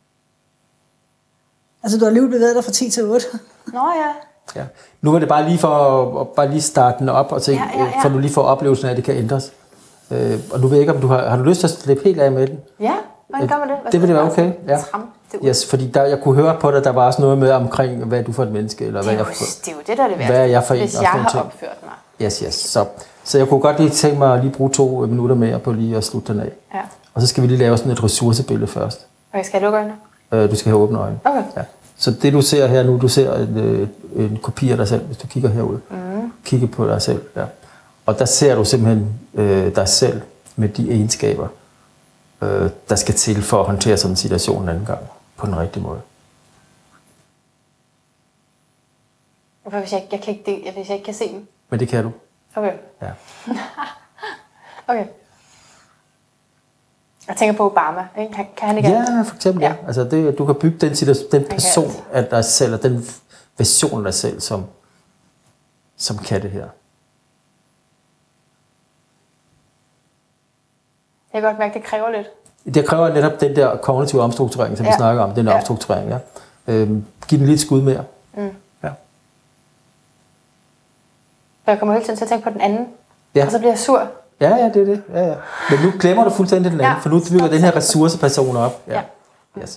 Altså, du har alligevel bevæget dig fra ti til otte. Nå ja. Ja. Nu var det bare lige for at bare lige starte den op og tænke, ja, ja, ja. for du lige får oplevelsen af, at det kan ændres. Øh, og nu ved jeg ikke, om du har, har du lyst til at slippe helt af med den? Ja, hvordan gør man det? Hvad det vil det være okay. Ja. Yes, fordi der, jeg kunne høre på dig, der var også noget med omkring, hvad er du for et menneske? Eller det, er hvad jo, jeg for, det er jo det, der er det værste, hvad er jeg for en, hvis jeg har opført mig. Yes, yes. Så, så jeg kunne godt lige tænke mig at lige bruge to minutter mere på lige at slutte den af. Ja. Og så skal vi lige lave sådan et ressourcebillede først. Okay, skal jeg lukke øjnene? Øh, du skal have åbne øjne. Okay. Ja. Så det du ser her nu, du ser en, en kopi af dig selv, hvis du kigger herud. Mm. Kigger på dig selv, ja. Og der ser du simpelthen øh, dig selv med de egenskaber, øh, der skal til for at håndtere sådan en situation en anden gang på den rigtige måde. Hvorfor hvis jeg, jeg kan ikke det, hvis jeg ikke kan se dem? Men det kan du. Okay. Ja. Okay. Jeg tænker på Obama, ikke? Kan, kan han ikke Ja, for eksempel, ja. ja. Altså det, du kan bygge den, den person af dig selv, og den version af dig selv, som, som kan det her. Jeg kan godt mærke, det kræver lidt. Det kræver netop den der kognitive omstrukturering, som ja. vi snakker om. Den der ja. omstrukturering, ja. Øhm, giv den lidt skud mere. Mm. Ja. Jeg kommer hele tiden til at tænke på den anden, ja. og så bliver jeg sur. Ja, ja, det er det. Ja, ja. Men nu glemmer du fuldstændig den anden, ja. for nu bygger den her ressourceperson op. Ja. Ja. Yes.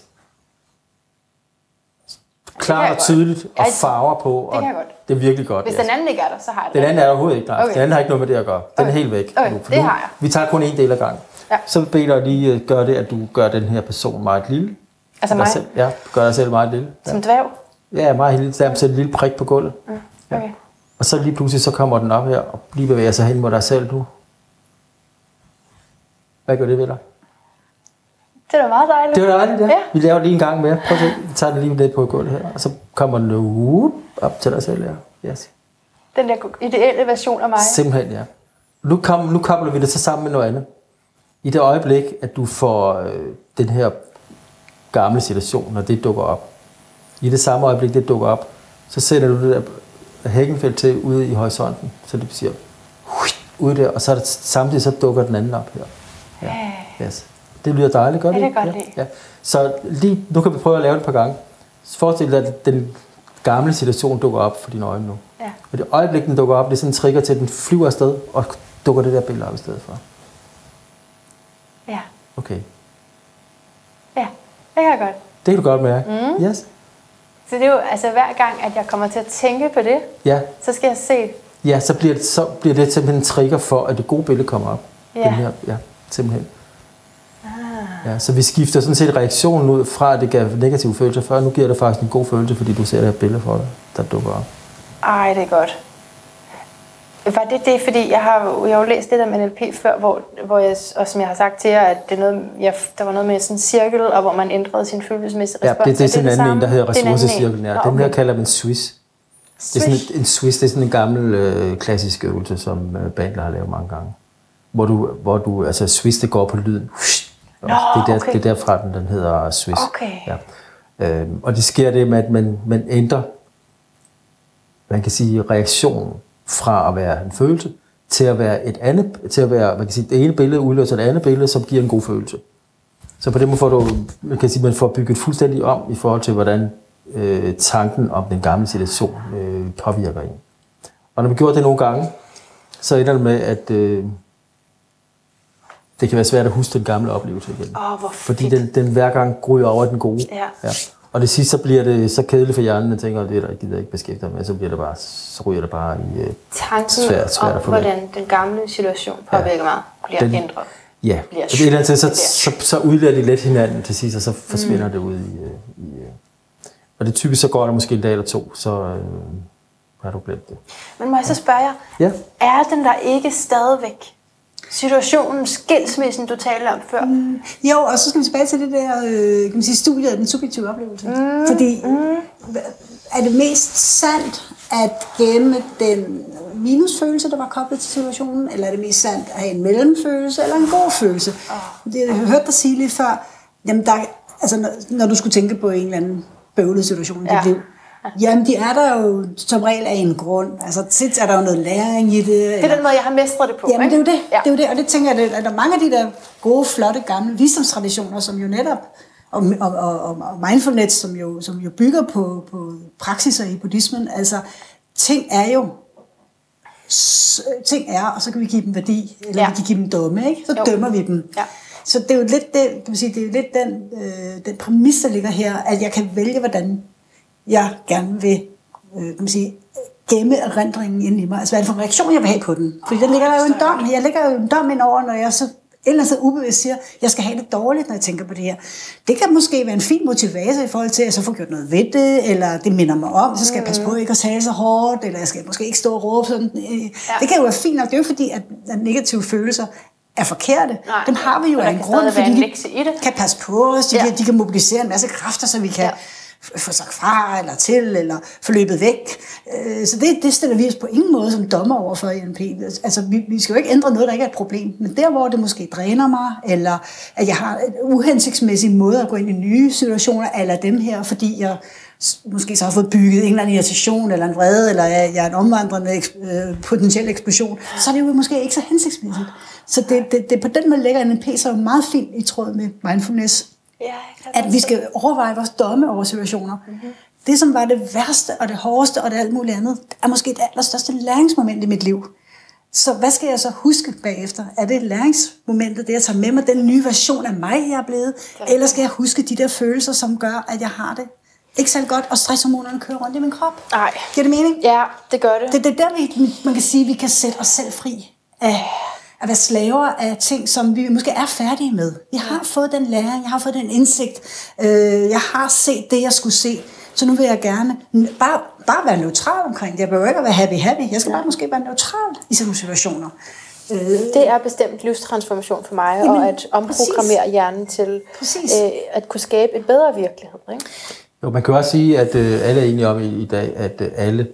Klart og tydeligt, og farver på. Og det, det er virkelig godt. Hvis yes. den anden ikke er der, så har jeg det. Den anden er der overhovedet ikke der. Okay. Den anden har ikke noget med det at gøre. Den okay. er helt væk. Okay, nu. det nu, har jeg. Vi tager kun en del af gangen. Ja. Så beder jeg lige gøre det, at du gør den her person meget lille. Altså mig? Selv, ja, gør dig selv meget lille. Ja. Som dværg? Ja, meget lille. Der er en lille prik på gulvet. Mm. Okay. Ja. Og så lige pludselig, så kommer den op her, og lige bevæger sig hen mod dig selv nu. Hvad gør det ved dig? Det er da meget dejligt. Det er dejligt, ja. ja. Vi laver lige en gang mere. Prøv at se. Vi tager den lige ned på gulvet her, og så kommer den uh, op til dig selv, ja. Yes. Den der ideelle version af mig. Simpelthen, ja. Nu, kom, nu kobler vi det så sammen med noget andet. I det øjeblik, at du får øh, den her gamle situation, når det dukker op. I det samme øjeblik, det dukker op, så sætter du det der hækkenfelt til ude i horisonten, så det siger ude der, og så er det, samtidig så dukker den anden op her. Ja. Yes. Det lyder dejligt, gør det? Ja, det er godt ja. ja. Så lige, nu kan vi prøve at lave det et par gange. Forestil dig, at den gamle situation dukker op for dine øjne nu. Ja. Og det øjeblik, den dukker op, det er sådan en trigger til, at den flyver afsted, og dukker det der billede op i stedet for. Ja. Okay. Ja, det kan jeg godt. Det kan du godt mærke. Mm. Yes. Så det er jo altså hver gang, at jeg kommer til at tænke på det, ja. så skal jeg se. Ja, så bliver, det, så bliver det simpelthen en trigger for, at det gode billede kommer op. Ja. Den her, ja, simpelthen. Ah. Ja, så vi skifter sådan set reaktionen ud fra, at det gav negative følelser før. Nu giver det faktisk en god følelse, fordi du ser det her billede for dig, der dukker op. Ej, det er godt. Var det det, fordi jeg har, jeg har jo læst det der med N L P før, hvor, hvor jeg, og som jeg har sagt til jer, at det er noget, jeg, der var noget med sådan en cirkel, og hvor man ændrede sin følelsesmæssige respons. Ja, det, det er sådan en anden en, der hedder ressourcecirklen. Ja. Den her kalder man Swiss. Det er sådan en, en Swiss, det er sådan en gammel øh, klassisk øvelse, som øh, Bandler har lavet mange gange. Hvor du, hvor du altså Swiss, det går på lyden. Nå, det, er der, okay. det er derfra, den, den hedder Swiss. Okay. Ja. Øhm, og det sker det med, at man, man ændrer, man kan sige, reaktionen fra at være en følelse, til at være et andet, til at være, man kan sige, det ene billede udløser et andet billede, som giver en god følelse. Så på den måde får du, man kan sige, man får bygget fuldstændig om i forhold til, hvordan øh, tanken om den gamle situation øh, påvirker en. Og når vi gjorde det nogle gange, så ender det med, at øh, det kan være svært at huske den gamle oplevelse igen. Åh, hvor fordi den, den hver gang gryder over den gode. Ja. Ja. Og det sidste, så bliver det så kedeligt for hjernen, at tænker, at det er der ikke, gider ikke beskæftige med, så bliver det bare, så ryger det bare i øh, tanken svært, svært om, hvordan den gamle situation påvirker ja. mig, bliver den, ændret. Ja, bliver og det er et eller andet, så, så, så udlærer de let hinanden til sidst, og så forsvinder mm. det ud i... Øh, i øh. Og det typisk, så går der måske en dag eller to, så øh, har du glemt det. Men må jeg så spørge jer, ja. er den der ikke stadigvæk situationen, skilsmissen, du talte om før? Mm. Jo, og så skal vi tilbage til det der øh, kan man sige, studie af den subjektive oplevelse. Mm. Fordi mm. er det mest sandt at gemme den minusfølelse, der var koblet til situationen, eller er det mest sandt at have en mellemfølelse eller en god følelse? Oh. Det, jeg har hørt dig sige lige før, jamen der, altså, når, når du skulle tænke på en eller anden bøvlet situation i ja. dit liv, jamen, de er der jo som regel af en grund. Altså, tit er der jo noget læring i det. Det er den måde, jeg har mestret det på. Jamen, ikke? det er jo det. Ja. Det er jo det. Og det tænker jeg, at der er mange af de der gode, flotte, gamle visdomstraditioner, som jo netop, og, og, og, og mindfulness, som jo, som jo bygger på, på praksiser i buddhismen. Altså, ting er jo ting er, og så kan vi give dem værdi, eller ja. vi kan give dem domme, ikke? Så jo. dømmer vi dem. Ja. Så det er jo lidt, det, kan man sige, det er jo lidt den, øh, den præmis, der ligger her, at jeg kan vælge, hvordan jeg gerne vil øh, kan man sige, gemme erindringen inde i mig. Altså, hvad er det for en reaktion, jeg vil have på den? Fordi der ligger der jo en dom. Jeg lægger jo en dom ind over, når jeg så et eller andet sted ubevidst siger, jeg skal have det dårligt, når jeg tænker på det her. Det kan måske være en fin motivator i forhold til, at jeg så får gjort noget ved det, eller det minder mig om, så skal jeg passe på ikke at tale så hårdt, eller jeg skal måske ikke stå og råbe sådan. Ja. Det kan jo være fint nok. Det er jo fordi, at negative følelser er forkerte. Nej. Dem har vi jo af en grund, fordi de kan passe på os, de, ja. kan, de kan mobilisere en masse kræfter, så vi kan... Ja. få sagt fra, eller til, eller forløbet væk. Så det, det stiller vi os på ingen måde som dommer over for i N L P. Altså, vi, vi skal jo ikke ændre noget, der ikke er et problem. Men der, hvor det måske dræner mig, eller at jeg har en uhensigtsmæssig måde at gå ind i nye situationer, eller dem her, fordi jeg måske så har fået bygget en eller anden irritation, eller en vrede, eller jeg er en omvandrende øh, potentiel eksplosion, så er det jo måske ikke så hensigtsmæssigt. Så det, det, det på den måde lægger N L P så meget fint i tråd med mindfulness. Ja, at vi skal overveje vores domme over situationer. Mm-hmm. Det, som var det værste, og det hårdeste, og det alt muligt andet, er måske det allerstørste læringsmoment i mit liv. Så hvad skal jeg så huske bagefter? Er det læringsmomentet, det jeg tager med mig, den nye version af mig, jeg er blevet? Eller skal jeg huske de der følelser, som gør, at jeg har det ikke særlig godt, og stresshormonerne kører rundt i min krop? Nej. Giver det mening? Ja, det gør det. Det, det er der, vi, man kan sige, at vi kan sætte os selv fri af... at være slaver af ting, som vi måske er færdige med. Jeg har fået den læring, jeg har fået den indsigt, øh, jeg har set det, jeg skulle se, så nu vil jeg gerne bare, bare være neutral omkring det. Jeg behøver ikke at være happy-happy, jeg skal bare måske være neutral i sådan nogle situationer. Øh, det er bestemt livstransformation for mig, jamen, og at omprogrammere præcis. hjernen til øh, at kunne skabe en bedre virkelighed. Ikke? Jo, man kan også sige, at øh, alle er enige om i, i dag, at øh, alle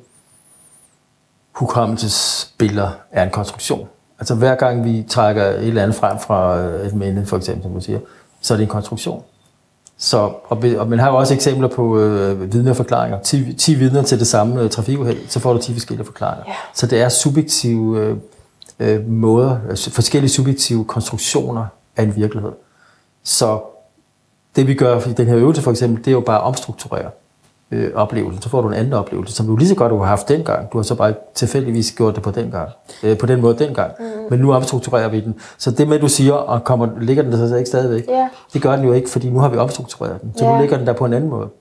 hukommelsesbilleder er en konstruktion. Altså hver gang vi trækker et eller andet frem fra et minde, for eksempel, som du siger, så er det en konstruktion. Så, og, og man har jo også eksempler på øh, vidneforklaringer. ti, ti vidner til det samme øh, trafikuheld, så får du ti forskellige forklaringer. Ja. Så det er subjektive øh, øh, måder, altså forskellige subjektive konstruktioner af en virkelighed. Så det vi gør i den her øvelse for eksempel, det er jo bare at omstrukturere øh, oplevelsen. Så får du en anden oplevelse, som du lige så godt du har haft dengang. Du har så bare tilfældigvis gjort det på den gang. Øh, på den måde dengang. Mm. Men nu omstrukturerer vi den. Så det med, du siger, og kommer, ligger den der så ikke stadigvæk, yeah. det gør den jo ikke, fordi nu har vi omstruktureret den. Så yeah. nu ligger den der på en anden måde.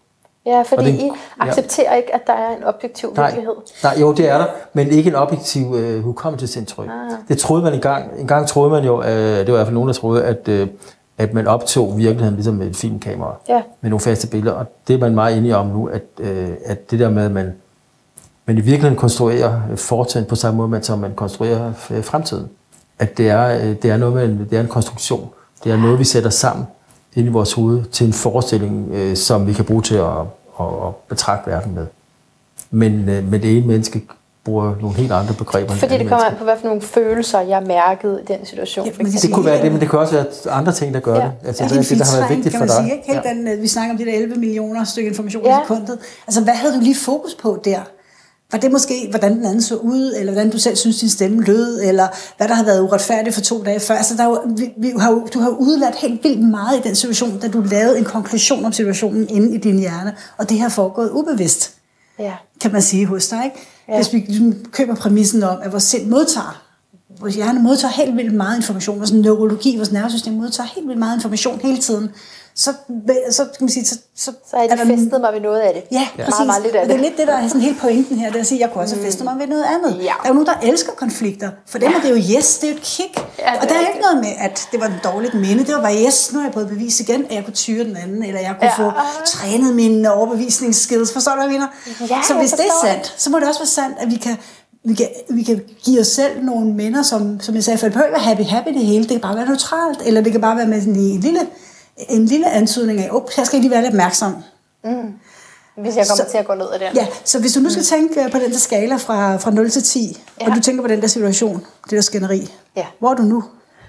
Ja, fordi det, I accepterer ja. ikke, at der er en objektiv nej, virkelighed. Nej, jo, det er der, men ikke en objektiv øh, hukommelsesindtryk. Ah. Det troede man engang. En gang troede man jo, øh, det var i hvert fald nogen, der troede, at, øh, at man optog virkeligheden ligesom med et filmkamera. Ja. Med nogle faste billeder. Og det er man meget enige om nu, at, øh, at det der med, at man, man i virkeligheden konstruerer fortiden på samme måde, man, som man konstruerer øh, fremtiden. At det er, øh, det er noget med en, det er en konstruktion. Det er noget, vi sætter sammen ind i vores hoved til en forestilling, øh, som vi kan bruge til at, at, at betragte verden med. Men, øh, men det ene menneske bruger nogle helt andre begreber. Fordi det kommer an på, hvad for nogle følelser, jeg mærkede i den situation. Ja, det, det kunne være det, men det kan også være andre ting, der gør ja. det. Altså, ja, det er det, der har været vigtigt for dig. Sige, ikke? Helt ja. den, vi snakker om de der elleve millioner stykke information ja. i sekundet. Altså, hvad havde du lige fokus på der? Var det måske, hvordan den anden så ud, eller hvordan du selv synes, din stemme lød, eller hvad der har været uretfærdigt for to dage før? Altså, der er jo, vi, vi har jo, du har jo udladt helt vildt meget i den situation, da du lavede en konklusion om situationen inde i din hjerne, og det har foregået ubevidst, ja. kan man sige hos dig, ikke? Ja. Hvis vi køber præmissen om, at vores sind modtager, vores hjerne modtager helt vildt meget information, vores neurologi, vores nervesystem modtager helt vildt meget information hele tiden, så, så kan man sige, så, så, så er det er festet mig ved noget af det. Ja, ja. Præcis. Meget, meget lidt af det. Det er lidt det, der er sådan helt pointen her, det er at sige, jeg kunne også have festet mig ved noget andet. Ja. Der er jo nogen, der elsker konflikter. For dem ja. er det jo yes, det er jo et kick. Ja, og der er ikke noget med, at det var en dårligt minde. Det var bare yes, nu har jeg prøvet at bevise igen, at jeg kunne tyre den anden, eller jeg kunne ja. få trænet mine overbevisningsskills. Forstår du, hvad jeg mener? Ja, så hvis det er sandt, så må det også være sandt, at vi kan Vi kan, vi kan give os selv nogle minder, som, som jeg sagde, for det behøver ikke være happy-happy det hele. Det kan bare være neutralt, eller det kan bare være med sådan en lille, en lille antydning af, oh, jeg skal lige være lidt opmærksom. Mm. Hvis jeg kommer så, til at gå ned af den. Ja, så hvis du nu skal mm. tænke på den der skala fra, fra nul til ti, ja. og du tænker på den der situation, det der skænderi, ja. hvor er du nu?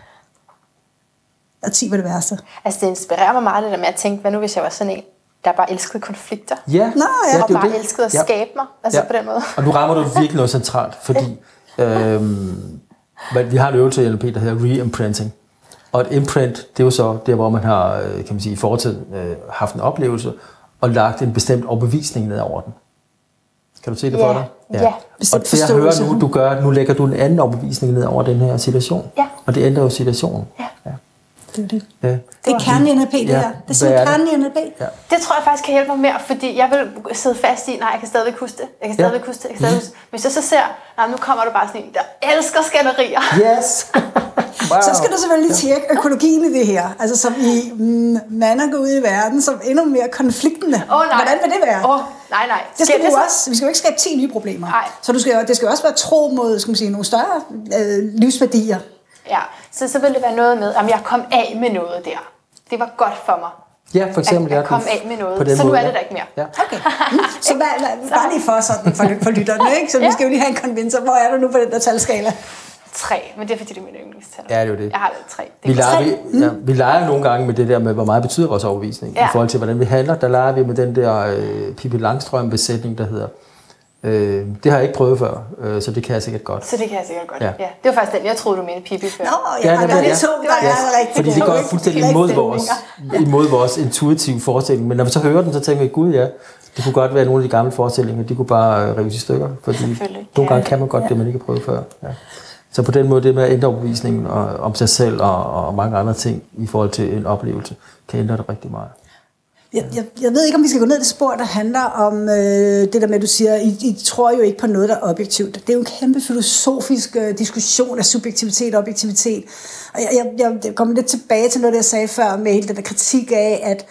Og ti var det værste. Altså det inspirerer mig meget det der med at tænke, hvad nu hvis jeg var sådan en, der bare elskede konflikter. Ja, Nå, ja. og ja, bare det. elskede at ja. skabe mig. Altså ja. på den måde. Og nu rammer du virkelig noget centralt, fordi øhm, vi har en øvelse i N L P, der hedder re-imprinting. Og et imprint, det er jo så der, hvor man har, kan man sige, i fortiden øh, haft en oplevelse, og lagt en bestemt overbevisning ned over den. Kan du se det ja. for dig? Ja. ja. Og det jeg hører nu, du gør, nu lægger du en anden overbevisning ned over den her situation. Ja. Og det ændrer jo situationen. Ja. ja. Det er det. Ja. Det er kernen i N L P, det ja. her. Det er sådan kernen i N L P. Ja. Det tror jeg faktisk kan hjælpe mig mere, fordi jeg vil sidde fast i, nej, jeg kan stadigvæk huske det. Jeg kan stadigvæk ja. huske det. Jeg kan stadigvæk huske det. Hvis jeg så ser, nej, nu kommer der bare sådan en, der elsker skænderier. Yes! Wow. Så skal du selvfølgelig tjekke økologien i det her. Altså som i mm, mander går ud i verden, som endnu mere konfliktende. Oh, nej. Hvordan vil det være? Oh, nej, nej. Det skal, skal du det også. Vi skal jo ikke skabe ti nye problemer. Nej. Så du skal, det skal også være tro mod, skal man sige, nogle større øh, livsværdier. Ja, så, så vil det være noget med, at jeg kom af med noget der. Det var godt for mig. Ja, for eksempel. At jeg kom af med noget. Så nu er det der ikke mere. Ja. Okay. Mm. Så hvad, hvad, bare lige for sådan for, for lytterne, ikke? Så ja. vi skal jo lige have en konvinser. Hvor er du nu på den der talskala? Tre, men det er fordi, det er min yndlingstal. Ja, det er jo det. Jeg har det tre. Det vi, leger, vi, ja, vi leger nogle gange med det der med, hvor meget betyder vores overbevisning. Ja. I forhold til, hvordan vi handler, der leger vi med den der øh, Pippi Langstrømpe-besætning, der hedder, øh, det har jeg ikke prøvet før, øh, så det kan jeg sikkert godt. Så det kan jeg sikkert godt, ja. ja. Det var faktisk den, jeg troede, du mente Pippi før. Nå, jeg ja, har det, det to, der ja. er rigtig. Fordi det går fuldstændig imod vores, imod vores intuitive forestilling. Men når vi så hører den, så tænker vi, gud ja, det kunne godt være nogle af de gamle forestillinger, de kunne bare rives i stykker. Fordi nogle gange kan man godt ja. det, man ikke har prøvet før. Ja. Så på den måde, det med at ændre overbevisningen om sig selv og, og mange andre ting i forhold til en oplevelse, kan ændre det rigtig meget. Jeg, jeg, jeg ved ikke, om vi skal gå ned i det spor, der handler om øh, det der med, at du siger, I, I tror jo ikke på noget, der er objektivt. Det er jo en kæmpe filosofisk øh, diskussion af subjektivitet og objektivitet. Og jeg, jeg, jeg kommer lidt tilbage til noget, jeg sagde før, med hele den der kritik af, at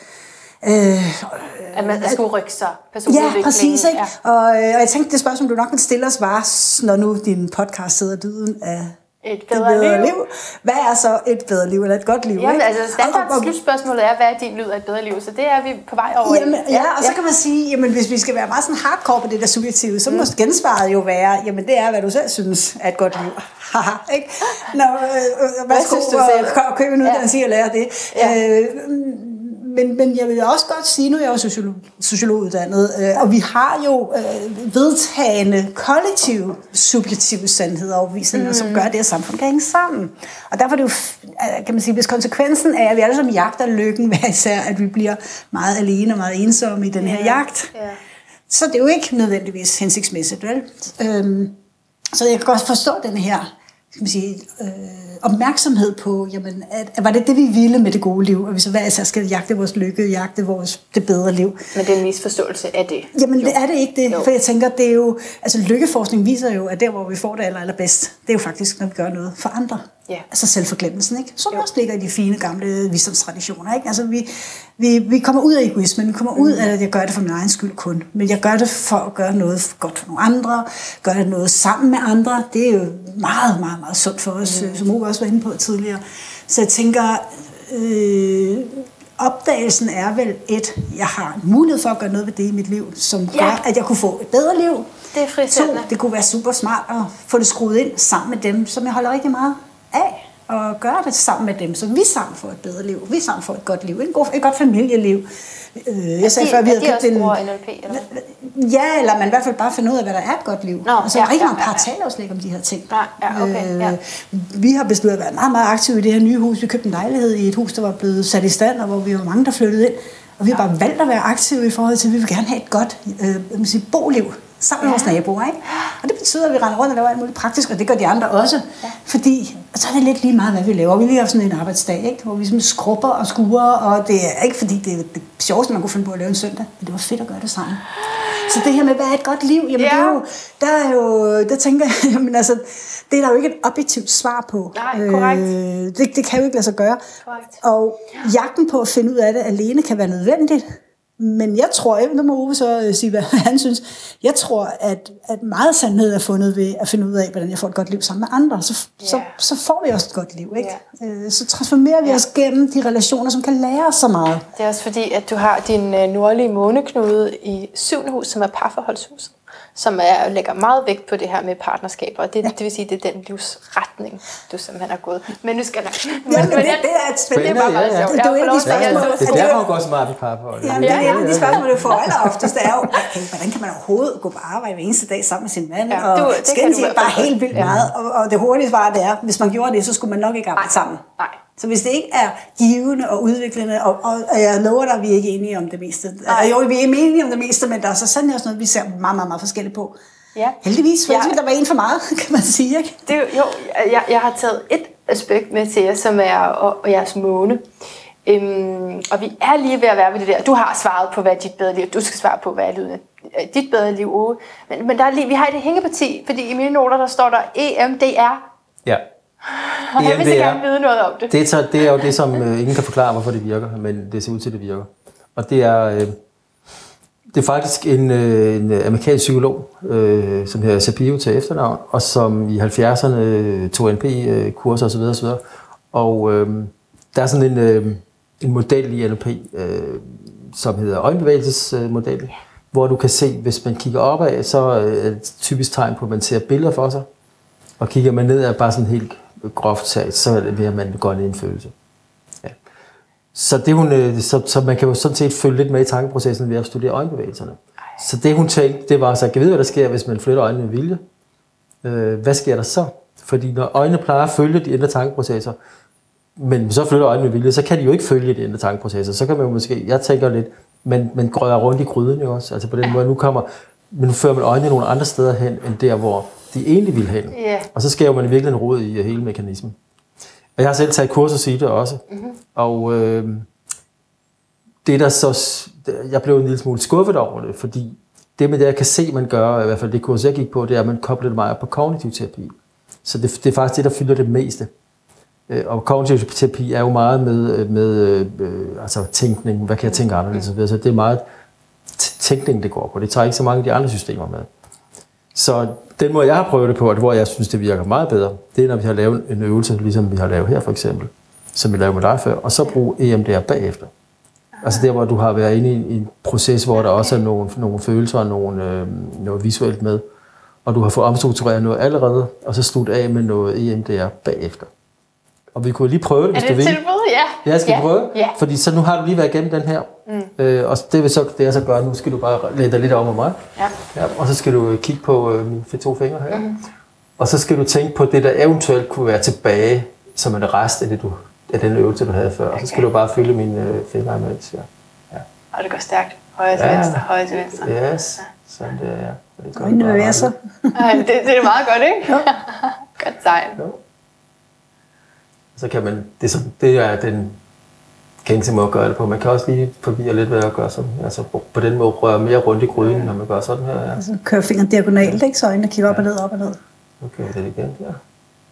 Øh, at man skulle rykke sig. Ja, præcis. Ikke? Ja. Og, og jeg tænkte, det spørgsmål, du nok vil stille os, var, når nu din podcast sidder lyden af et bedre, bedre liv. liv. Hvad er så et bedre liv, eller et godt liv? Jamen, ikke? altså standard og, og, slutspørgsmålet er, hvad er din lyd af et bedre liv? Så det er vi på vej over. Jamen, ja, og så ja. kan man sige, jamen, hvis vi skal være meget sådan hardcore på det der subjektive, så mm. må gensvaret jo være, jamen det er, hvad du selv synes er et godt liv. Haha, ikke? Nå, øh, hvad synes du selv? Køb en uddannelse ja. og lære det. Ja. Øh, Men, men jeg vil også godt sige, nu er jeg jo sociolog, sociologuddannet, øh, og vi har jo øh, vedtagende kollektive subjektive sandheder og overbevisninger, mm. som gør det, at samfundet kan hænge sammen. Og derfor er det jo, kan man sige, hvis konsekvensen er, at vi alle sammen jagter lykken, hver især, at vi bliver meget alene og meget ensomme i den her yeah. jagt, yeah. så det er jo ikke nødvendigvis hensigtsmæssigt, vel? Øhm, så jeg kan godt forstå den her skal man sige, øh, opmærksomhed på, jamen, at, var det det, vi ville med det gode liv, og vi så hver især skal jagte vores lykke, jagte vores, det bedre liv. Men det er en misforståelse af det. Jamen, jo. Det er det ikke det, jo. For jeg tænker, det er jo, altså lykkeforskning viser jo, at der, hvor vi får det aller, allerbedst, det er jo faktisk, når vi gør noget for andre. Ja. Altså selvforglemmelsen, ikke? Som jo. Også ligger i de fine, gamle visdomstraditioner, ikke? Altså, vi, vi, vi kommer ud af egoismen, vi kommer ud af, at jeg gør det for min egen skyld kun, men jeg gør det for at gøre noget godt for nogle andre, gøre noget sammen med andre, det er jo meget, meget, meget sundt for os, mm. som Ove også var inde på tidligere. Så jeg tænker, øh, opdagelsen er vel et, jeg har en mulighed for at gøre noget ved det i mit liv, som ja. Gør, at jeg kunne få et bedre liv. Det er frisættende. To, det kunne være super smart at få det skruet ind sammen med dem, som jeg holder rigtig meget af, og gøre det sammen med dem, så vi sammen får et bedre liv, vi sammen får et godt liv, et godt, et godt familieliv. Jeg sagde før, vi havde købt en... N L P, eller hvad? Ja, eller man i hvert fald bare finde ud af, hvad der er et godt liv. Nå, altså, ja, rigtig mange ja, ja, par taler også ikke om de her ting. Nej, ja, okay, ja. Vi har besluttet at være meget, meget aktive i det her nye hus. Vi købte en lejlighed i et hus, der var blevet sat i stand, og hvor vi var mange, der flyttede ind. Og vi har bare valgt at være aktive i forhold til, at vi vil gerne have et godt øh, sige, boliv sammen med ja. Vores naboer, ikke? Og det betyder, at vi render rundt og laver alt muligt praktisk, og det gør de andre også. Ja. Fordi, og så er det lidt lige meget, hvad vi laver. Vi lige har sådan en arbejdsdag, ikke? Hvor vi sådan skrubber og skuer, og det er ikke fordi, det er det sjoveste, man kunne finde på at lave en søndag, men det var fedt at gøre det sammen. Så det her med, hvad er et godt liv? Jamen, ja. det er jo, der er jo, der tænker jeg, jamen altså, det er der jo ikke et objektivt svar på. Nej, korrekt. Øh, det, det kan jo ikke lade sig gøre. Korrekt. Og jagten på at finde ud af det alene kan være nødvendigt. Men jeg tror, nu må Ove så sige, hvad han synes, jeg tror, at, at meget sandhed er fundet ved at finde ud af, hvordan jeg får et godt liv sammen med andre. Så, yeah. så, så får vi også et godt liv, ikke? Yeah. Så transformerer vi yeah. os gennem de relationer, som kan lære os så meget. Det er også fordi, at du har din nordlige måneknude i syvende hus, som er parforholdshuset, som er, lægger meget vægt på det her med partnerskaber, og det, ja. Det vil sige, det er den livsretning, du simpelthen har gået. Men nu skal jeg... Ja, men det, det er et spændende. Det er bare meget sjovt. Det er jo et af de spørgsmål. Det er derfor, hun går smart i parforhold. Ja, det er et af de spørgsmål, du får alleroftest. Det er jo, okay, hvordan kan man overhovedet gå på arbejde hver eneste dag sammen med sin mand? Ja, og du, skændes bare helt vildt meget. Og, og det hurtige svar, det er, hvis man gjorde det, så skulle man nok ikke arbejde sammen. Nej. Så hvis det ikke er givende og udviklende, og, og, og jeg lover dig, at vi er ikke enige om det meste. Altså, jo, vi er enige om det meste, men der er så sandelig også noget, vi ser meget, meget, meget forskelligt på. Ja. Heldigvis, for ja. Der var en for meget, kan man sige, ikke? Det, jo, jeg, jeg har taget et aspekt med til jer, som er og, og jeres måne. Øhm, og vi er lige ved at være ved det der. Du har svaret på, hvad er dit bedre liv. Du skal svare på, hvad er livet, dit bedre liv, Ove. Men, men der er lige, vi har et hængeparti, fordi i mine noter, der står der E M D R. Ja. Og jeg vil så gerne vide noget om det. Det er, så, det er jo det, som øh, ingen kan forklare, hvorfor det virker, men det ser ud til, at det virker. Og det er, øh, det er faktisk en, øh, en amerikansk psykolog, øh, som hedder Shapiro til efternavn, og som i halvfjerdserne tog N P-kurser osv. osv. Og øh, der er sådan en, øh, en model i N L P, øh, som hedder øjenbevægelsesmodel, hvor du kan se, hvis man kigger opad, så er det et typisk tegn på, at man ser billeder for sig. Og kigger man ned, er bare sådan helt groft sagt, så er det ved, at man går ned i en følelse. Ja. Så, det, hun, så, så man kan jo sådan set følge lidt med i tankeprocessen ved at studere øjenbevægelserne. Ej. Så det hun tænkte, det var så, at jeg ved, hvad der sker, hvis man flytter øjnene med vilje. Øh, hvad sker der så? Fordi når øjnene plejer at følge de indre tankeprocesser, men så flytter øjnene med vilje, så kan de jo ikke følge de indre tankeprocesser. Så kan man jo måske, jeg tænker lidt, men man grøder rundt i gryden jo også. Altså på den måde, nu kommer, men nu fører man øjnene nogle andre steder hen, end der, hvor de egentlig vil hen. Yeah. Og så skærer man virkelig en rod i hele mekanismen. Og jeg har selv taget kurser i det også. Mm-hmm. Og øh, det der så... Jeg blev en lille smule skuffet over det, fordi det med det, jeg kan se, man gør, i hvert fald det kurs, jeg gik på, det er, at man kobler det meget på kognitiv terapi. Så det, det er faktisk det, der fylder det meste. Og kognitiv terapi er jo meget med, med øh, altså tænkning, hvad kan jeg tænke anderledes? Mm. Så det er meget tænkning, det går på. Det tager ikke så mange af de andre systemer med. Så den måde, jeg har prøvet det på, og hvor jeg synes, det virker meget bedre, det er, når vi har lavet en øvelse, ligesom vi har lavet her for eksempel, som vi lavede med dig før, og så bruge E M D R bagefter. Altså der, hvor du har været inde i en proces, hvor der også er nogle, nogle følelser og nogle, øh, noget visuelt med, og du har fået omstruktureret noget allerede, og så slut af med noget E M D R bagefter. Og vi kunne lige prøve det, hvis du vil. Er det et tilbud? Ja. Ja, skal ja. prøve. Ja. Fordi så nu har du lige været igennem den her. Mm. Øh, og det vil så, det jeg så gøre, nu skal du bare lægge dig lidt over med mig. Ja. Ja, og så skal du kigge på øh, mine to fingre her. Mm. Og så skal du tænke på det, der eventuelt kunne være tilbage, som en rest af, det, du, af den øvelse, du havde før. Okay. Og så skal du bare følge mine øh, fingre imens. Ja. Ja. Og det går stærkt. Højre til ja. Venstre, højre til venstre. Yes, ja. Sådan det er. Og nu er jeg så. det, det er meget godt, ikke? Ja. Godt. Sejt. Så kan man, det er, så, det er den gængse måde at gøre det på. Man kan også lige forvirre lidt ved at gøre sådan. Altså på den måde røre mere rundt i gryden, mm. når man gør sådan her. Ja. Altså kører fingeren diagonalt, ikke? Så øjnene kigger op ja. og ned, op og ned. Okay, det er det igen der.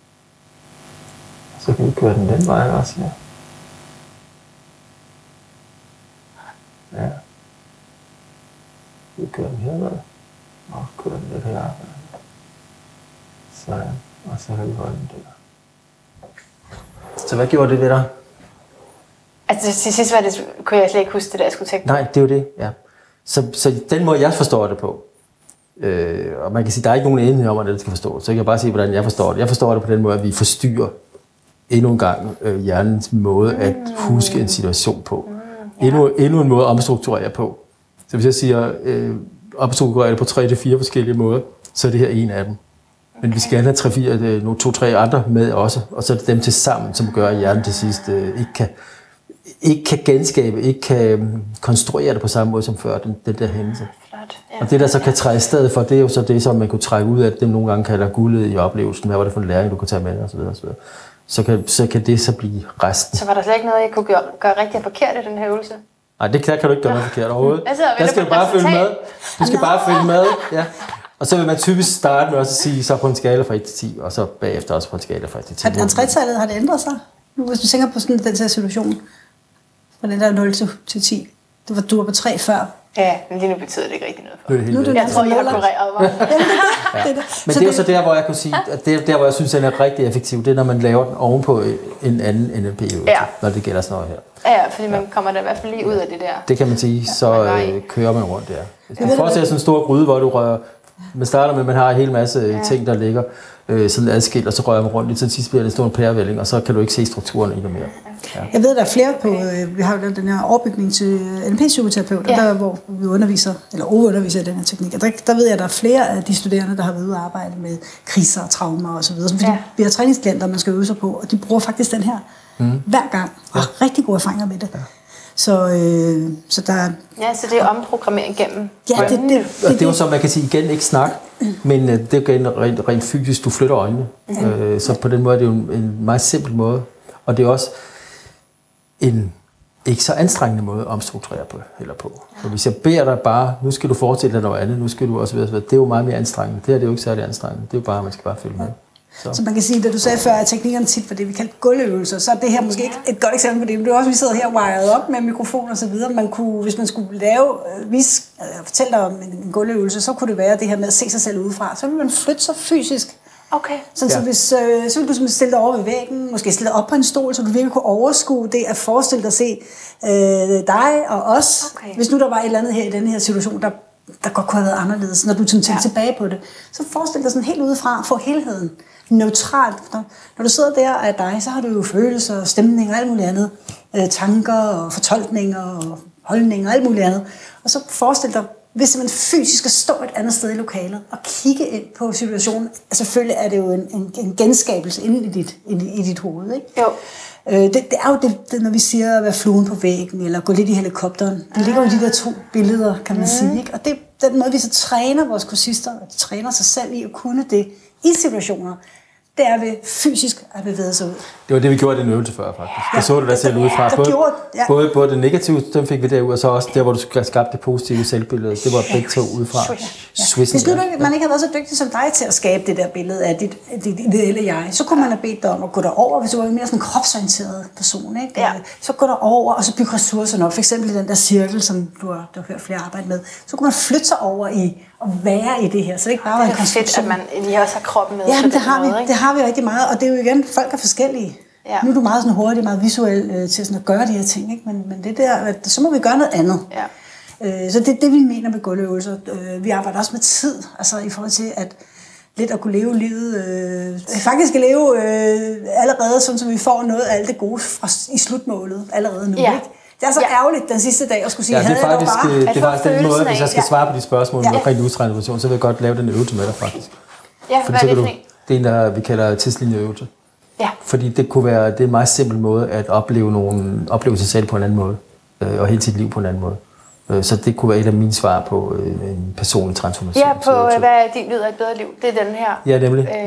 Så kan vi køre den den vej også, ja. Ja. Vi kører den herned. Og kører den lidt her. Sådan. Og så har vi holdt den der. Så hvad gjorde det ved dig? Altså til sidst var det, kunne jeg slet ikke huske det, der jeg skulle tænke på. Nej, det er jo det, ja. Så, så den måde, jeg forstår det på, øh, og man kan sige, der er ikke nogen enighed om, hvordan det skal forstås, så jeg kan bare sige, hvordan jeg forstår det. Jeg forstår det på den måde, at vi forstyrrer endnu en gang øh, hjernens måde at huske en situation på. Mm, ja. endnu, endnu en måde at omstrukturere på. Så hvis jeg siger, øh, omstrukturere det på tre til fire forskellige måder, så er det her en af dem. Men vi skal gerne have tre, fire, nogle to-tre andre med også, og så er det dem til sammen, som gør, at hjernen til sidst øh, ikke, kan, ikke kan genskabe, ikke kan konstruere det på samme måde som før, den, den der hændelse. Flot. Ja. Og det, der så kan træde i stedet for, det er jo så det, som man kunne trække ud af, det nogle gange kalder guldet i oplevelsen. Hvad var det for en læring, du kunne tage med, og så videre, og så videre. Så kan, så kan det så blive resten. Så var der slet ikke noget, jeg kunne gøre, gøre rigtig forkert i den her øvelse? Nej, det der kan du ikke gøre noget forkert overhovedet. Altså, der skal du bare følge med. Du skal bare følge med, ja. Og så vil man typisk starte med også at sige, så på en skala fra et til ti, og så bagefter også på en skala fra et til ti. Har tretallet, har det ændret sig? Nu, hvis du tænker på sådan den her situation, fra den der nul til ti, det var, du var på tre før. Ja, men lige nu betyder det ikke rigtig noget for. Nu er det helt nu er du jeg tror, jeg har kureret mig. Ja, det, ja. det, det. Men det er jo så der, hvor jeg kunne sige, at det er der, hvor jeg synes, den er rigtig effektiv. Det er, når man laver den ovenpå en anden N L P-øvelse, ja. når det gælder sådan noget her. Ja, fordi man kommer da i hvert fald lige ud af det der. Det kan man sige, så øh, kører man rundt der. Hvis du forestiller sådan en stor gryde, hvor du rører, man starter med, at man har en hel masse ja. ting, der ligger øh, sådan adskilt, og så rører man rundt lidt, så tit bliver det stor en pærevælling, og så kan du ikke se strukturen endnu mere. Ja. Jeg ved, der er flere på, øh, vi har jo den her overbygning til N L P-psykoterapeuter, ja. der, hvor vi underviser, eller overunderviser i den her teknik. Og der, der ved jeg, at der er flere af de studerende, der har været ude og arbejde med kriser og traumer og så videre. Fordi ja. vi har træningsklienter, man skal øve sig på, og de bruger faktisk den her mm. hver gang, og har ja. rigtig gode erfaringer med det. Ja. Så, øh, så der ja, så det er omprogrammering gennem. Ja, det, det, det, det, det er jo så, man kan sige igen, ikke snak, mm. men uh, det er jo rent, rent fysisk, du flytter øjnene. Mm. Uh, så på den måde er det jo en, en meget simpel måde. Og det er også en ikke så anstrengende måde at omstrukturere på. Eller på. For hvis jeg beder dig bare, nu skal du fortsætte dig noget andet, nu skal du også videre, det er jo meget mere anstrengende. Det her det er jo ikke særlig anstrengende. Det er jo bare, at man skal bare følge med. Så. så man kan sige, da du sagde før, at teknikkerne tit for det, vi kaldte gulvøvelser, så er det her måske ikke et godt eksempel på det, men det er også, vi sidder her wired op med mikrofon og så videre. Man kunne, hvis man skulle lave, vis, fortælle dig om en, en gulvøvelse, så kunne det være det her med at se sig selv udefra. Så vil man flytte sig fysisk. Okay. Sådan, ja. Så, hvis, øh, så vil du stille dig over ved væggen, måske stille dig op på en stol, så du virkelig kunne overskue det at forestille dig at se øh, dig og os. Okay. Hvis nu der var et eller andet her i denne her situation, der, der godt kunne have været anderledes, når du tænker ja. tilbage på det, så forestil dig sådan helt udefra, få helheden. Neutralt. Når du sidder der af dig, så har du jo følelser, stemninger og alt muligt andet. Øh, tanker og fortolkninger og holdninger og alt muligt andet. Og så forestil dig, hvis man fysisk skal stå et andet sted i lokalet og kigge ind på situationen, altså selvfølgelig er det jo en, en, en genskabelse inde i dit, inde i dit hoved, ikke? Jo. Øh, det, det er jo det, det, når vi siger at være fluen på væggen, eller gå lidt i helikopteren. Det ah. ligger jo i de der to billeder, kan man mm. sige, ikke? Og det er den måde, vi så træner vores kursister, og de træner sig selv i at kunne det i situationer. Det er ved fysisk at bevæge sig ud. Det var det, vi gjorde i den øvelse før, faktisk. Ja, der så du dig selv udefra. Ja, både, gjorde, ja. både, både det negative, den fik vi derud, og så også der, hvor du skabte det positive selvbillede. Det var begge to udefra. Ja. Hvis nu man ikke havde været så dygtig som dig til at skabe det der billede af dit, dit ideelle jeg, så kunne man have bedt dig om at gå derover, hvis du var en mere sådan kropsorienteret person. Ikke? Ja. Så gå derover, og så bygge ressourcerne op. For eksempel i den der cirkel, som du har, du har hørt flere arbejde med. Så kunne man flytte sig over i at være i det her. Så det ikke bare var en konstruktion. Det er fedt, at man lige også har kroppen med. Ja, men det har, måde, vi, det har vi rigtig meget. Og det er jo igen, folk er forskellige. Ja. Nu er du meget sådan hurtig, meget visuel øh, til sådan at gøre de her ting. Ikke? Men, men det der, at, så må vi gøre noget andet. Ja. Øh, så det er det, vi mener med gulvøvelser. Øh, vi arbejder også med tid. Altså i forhold til at lidt at kunne leve livet. Øh, faktisk at leve øh, allerede, sådan, så vi får noget af alt det gode fra, i slutmålet allerede nu. Ja. Ikke? Det er så ja. ærgerligt den sidste dag at skulle sige, ja, det er faktisk, bare, det er faktisk den måde, hvis jeg skal svare på de spørgsmål ja. omkring udtræningsmotion, så vil jeg godt lave den øvelse med dig faktisk. Ja, fordi hvad er det for en? Det er en, der vi kalder tidslinjeøvelse. Ja. Fordi det kunne være, det er en meget simpel måde at opleve, nogle, opleve sig selv på en anden måde, øh, og hele sit liv på en anden måde. Øh, så det kunne være et af mine svar på øh, en personlig transformation. Ja, på hvad er din lyd af et bedre liv? Det er den her. Ja, nemlig. Øh, ja.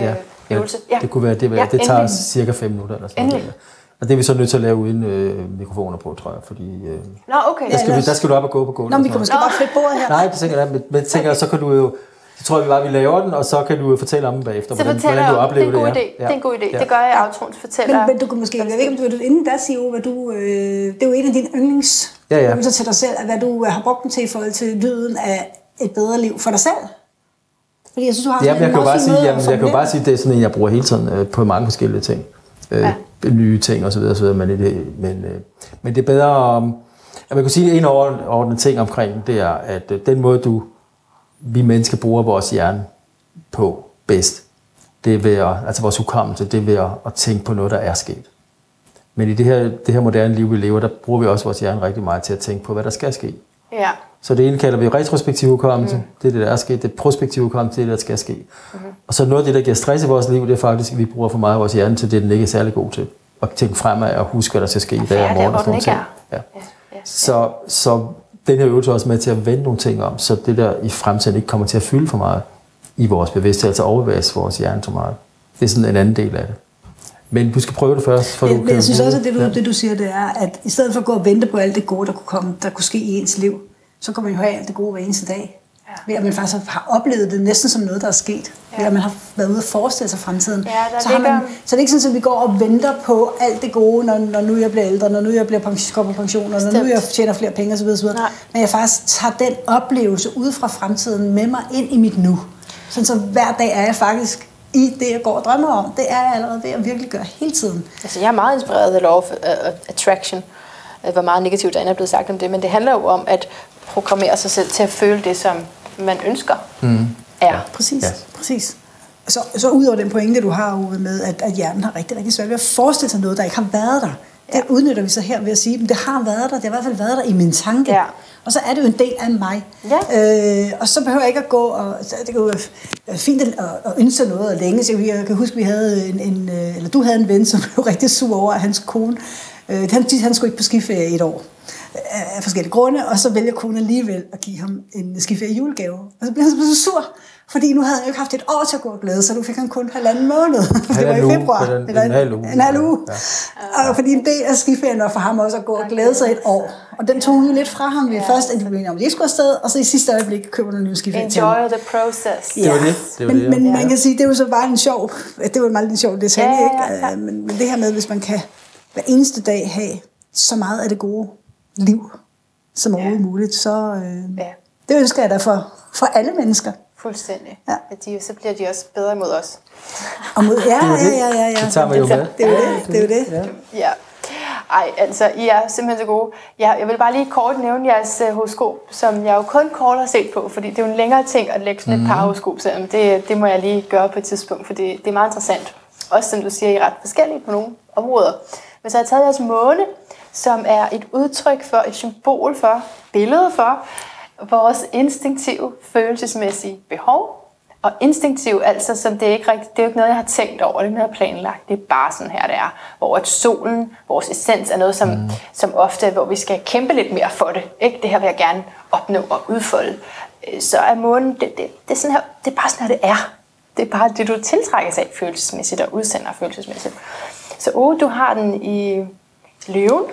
øvelse. Ja. Det kunne være, det, ja, det tager endelig. cirka fem minutter eller sådan noget. Og det er vi så nødt til at lave uden øh, mikrofoner på, tror jeg, fordi øh, Nå, okay. der, skal vi, der skal du op og gå på gulvet. Nå, vi kan måske bare flippe bordet her. Nej, det tænker jeg, men, men tænker, okay. så kan du jo, så tror jeg, vi bare, vi laver den, og så kan du jo fortælle om den bagefter, så hvordan, hvordan du oplever det. Det er en god idé, ja. det er en god idé. Ja. Det gør jeg autons fortæller. Men, men du kan måske, jeg ved ikke, om du vil inden da sige, hvad du, øh, det er jo en af dine yndlings, ja, ja. til dig selv, hvad du har brugt den til i forhold til lyden af et bedre liv for dig selv. Fordi jeg synes, du har jamen, jeg kan jo bare sige, jamen, jeg kan jo bare sige, det er sådan en, jeg bruger hele tiden øh, på mange forskellige ting. Øh, ja. Nye ting og så videre, så videre, men, det, men, øh, men det er bedre om, jeg kan sige, at en overordnet ting omkring det er, at øh, den måde, du, vi mennesker bruger vores hjerne på bedst, det er ved at, altså vores hukommelse, det er ved at, at tænke på noget, der er sket. Men i det her, det her moderne liv, vi lever, der bruger vi også vores hjerne rigtig meget til at tænke på, hvad der skal ske. Ja. Så det ene kalder vi retrospektiv hukommelse, mm. det er det, der er sket. Det prospektive hukommelse, det er det, der skal ske. Mm-hmm. Og så noget af det, der giver stress i vores liv, det er faktisk, at vi bruger for meget af vores hjerne til det, den ikke er særlig god til. At tænke fremad og huske, hvad der skal ske i dag og morgen. Og sådan noget. Ja. Ja, ja. Så, så den her øvelse er også med til at vende nogle ting om, så det der i fremtiden ikke kommer til at fylde for meget i vores bevidsthed, altså overværes vores hjerne så meget. Det er sådan en anden del af det. Men du skal prøve det først. For ja, du men kan jeg synes bruge. også, at det du, ja. det du siger, det er, at i stedet for at gå og vente på alt det gode, der kunne komme, der kunne ske i ens liv, så kan man jo have alt det gode hver eneste dag. Ja. Ved at man faktisk har oplevet det næsten som noget, der er sket. Ja. Ved at man har været ude og forestille sig fremtiden. Ja, så, har man, så det er ikke sådan, at vi går og venter på alt det gode, når, når nu jeg bliver ældre, når nu jeg bliver pension, går på pension, og når nu jeg tjener flere penge osv. osv. Men jeg faktisk tager den oplevelse ud fra fremtiden med mig ind i mit nu. Sådan så hver dag er jeg faktisk i det, jeg går og drømmer om. Det er jeg allerede ved at virkelig gøre hele tiden. Altså, jeg er meget inspireret af Law of Attraction. Hvor meget negativt der er blevet sagt om det, men det handler jo om at programmere sig selv til at føle det, som man ønsker mm. er. Ja, præcis. Ja. præcis. Så, så ud over den pointe, du har Uwe, med, at, at hjernen har rigtig, rigtig svært ved at forestille sig noget, der ikke har været der. Det ja. udnytter vi så her ved at sige, at det har været der, det har i hvert fald været der i min tanke. Ja. Og så er det jo en del af mig. Ja. Øh, og så behøver jeg ikke at gå, og det kan jo være fint at, at ønske noget og længe. Så jeg kan huske, vi havde en, en, eller du havde en ven, som blev rigtig sur over, at hans kone, øh, han, han skulle ikke på skiferie i et år af forskellige grunde, og så vælger konen alligevel at give ham en skiferie julegave. Og så blev han så sur, fordi nu havde han jo ikke haft et år til at gå og glæde, så nu fik han kun halvanden måned. Det var i februar. En, en, en halv uge. En halv uge. Ja. Og fordi en del af skiferien var for ham også at gå og glæde sig et år. Og den tog hun jo lidt fra ham ved ja. først, at de blev enige om, at de ikke skulle afsted, og så i sidste øjeblik køber nogle nye skiferie til ham. Enjoy the process. Ja. Det var det. det, var men det men ja. man kan sige, det er jo så bare en sjov, det var meget en sjov detalje, ja, ja, ja. ikke? Men, men det her med, hvis man kan hver eneste dag have så meget af det gode liv, som overhovedet ja. muligt, så øh, ja. det ønsker jeg da for, for alle mennesker. Fuldstændig. Ja. At de, så bliver de også bedre mod os. Og mod, ja, ja, ja, ja, ja. Det tager man jo med. Det er jo det. det, er jo det. Ja. ja. Ej, altså, I er simpelthen så gode. Jeg, jeg vil bare lige kort nævne jeres uh, horoskop, som jeg jo kun kort har set på, fordi det er jo en længere ting at lægge sådan et mm. par horoskop, så det, det må jeg lige gøre på et tidspunkt, for det, det er meget interessant. Også som du siger, I er ret forskellige på nogle områder. Men så har jeg taget jeres måne, som er et udtryk for, et symbol for, billede for, vores instinktive, følelsesmæssige behov. Og instinktiv, altså, som det er ikke rigtigt, det er jo ikke noget, jeg har tænkt over, det er ikke noget, jeg har planlagt, det er bare sådan her, det er. Hvor at solen, vores essens, er noget, som, mm. som ofte, hvor vi skal kæmpe lidt mere for det. Ikke? Det her vil jeg gerne opnå og udfolde. Så er månen, det, det, det, er sådan her, det er bare sådan her, det er. Det er bare det, du tiltrækkes af følelsesmæssigt og udsender følelsesmæssigt. Så oh, du har den i løven.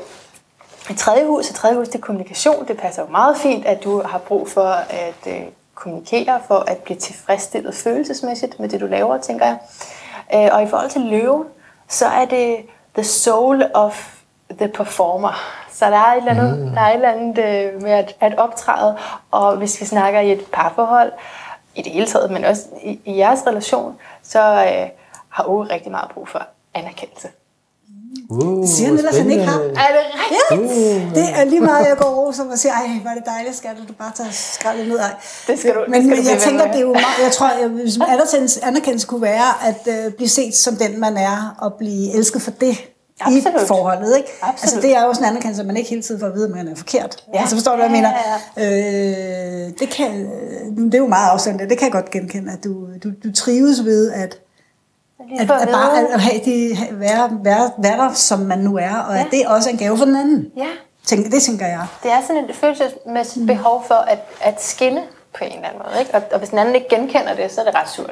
I tredje hus, i tredje hus, det er kommunikation. Det passer jo meget fint, at du har brug for at øh, kommunikere, for at blive tilfredsstillet følelsesmæssigt med det, du laver, tænker jeg. Øh, og i forhold til løven, så er det the soul of the performer. Så der er et eller andet, mm. der er et eller andet øh, med at, at optræde, og hvis vi snakker i et parforhold, i det hele taget, men også i, i jeres relation, så øh, har Åge rigtig meget brug for anerkendelse. Uh, siger han ellers, han ikke har. Er det rigtigt? Ja, uh, det er lige meget, jeg går og roser mig og siger, ej, hvor er det dejligt, skal du bare tage skraldet ned. Ej. Det skal du, men det skal men du jeg tænker, det er jo meget, jeg tror, at anerkendelse kunne være at uh, blive set som den, man er, og blive elsket for det. Absolut. I forholdet, ikke? Absolut. Altså det er jo sådan en anerkendelse, at man ikke hele tiden får at vide, at man er forkert. Ja. Altså forstår du, hvad jeg mener? Ja, ja. Øh, det, kan, det er jo meget afsendt, det kan jeg godt genkende, at du, du, du trives ved at, at, at bare at, at have de, være, være, være der, som man nu er, og ja. At det også er en gave for den anden. Ja. Tænk, det tænker jeg. Det er sådan et følelsesmæssigt mm. behov for at, at skinne på en eller anden måde, ikke? Og, og hvis den anden ikke genkender det, så er det ret surt, ikke?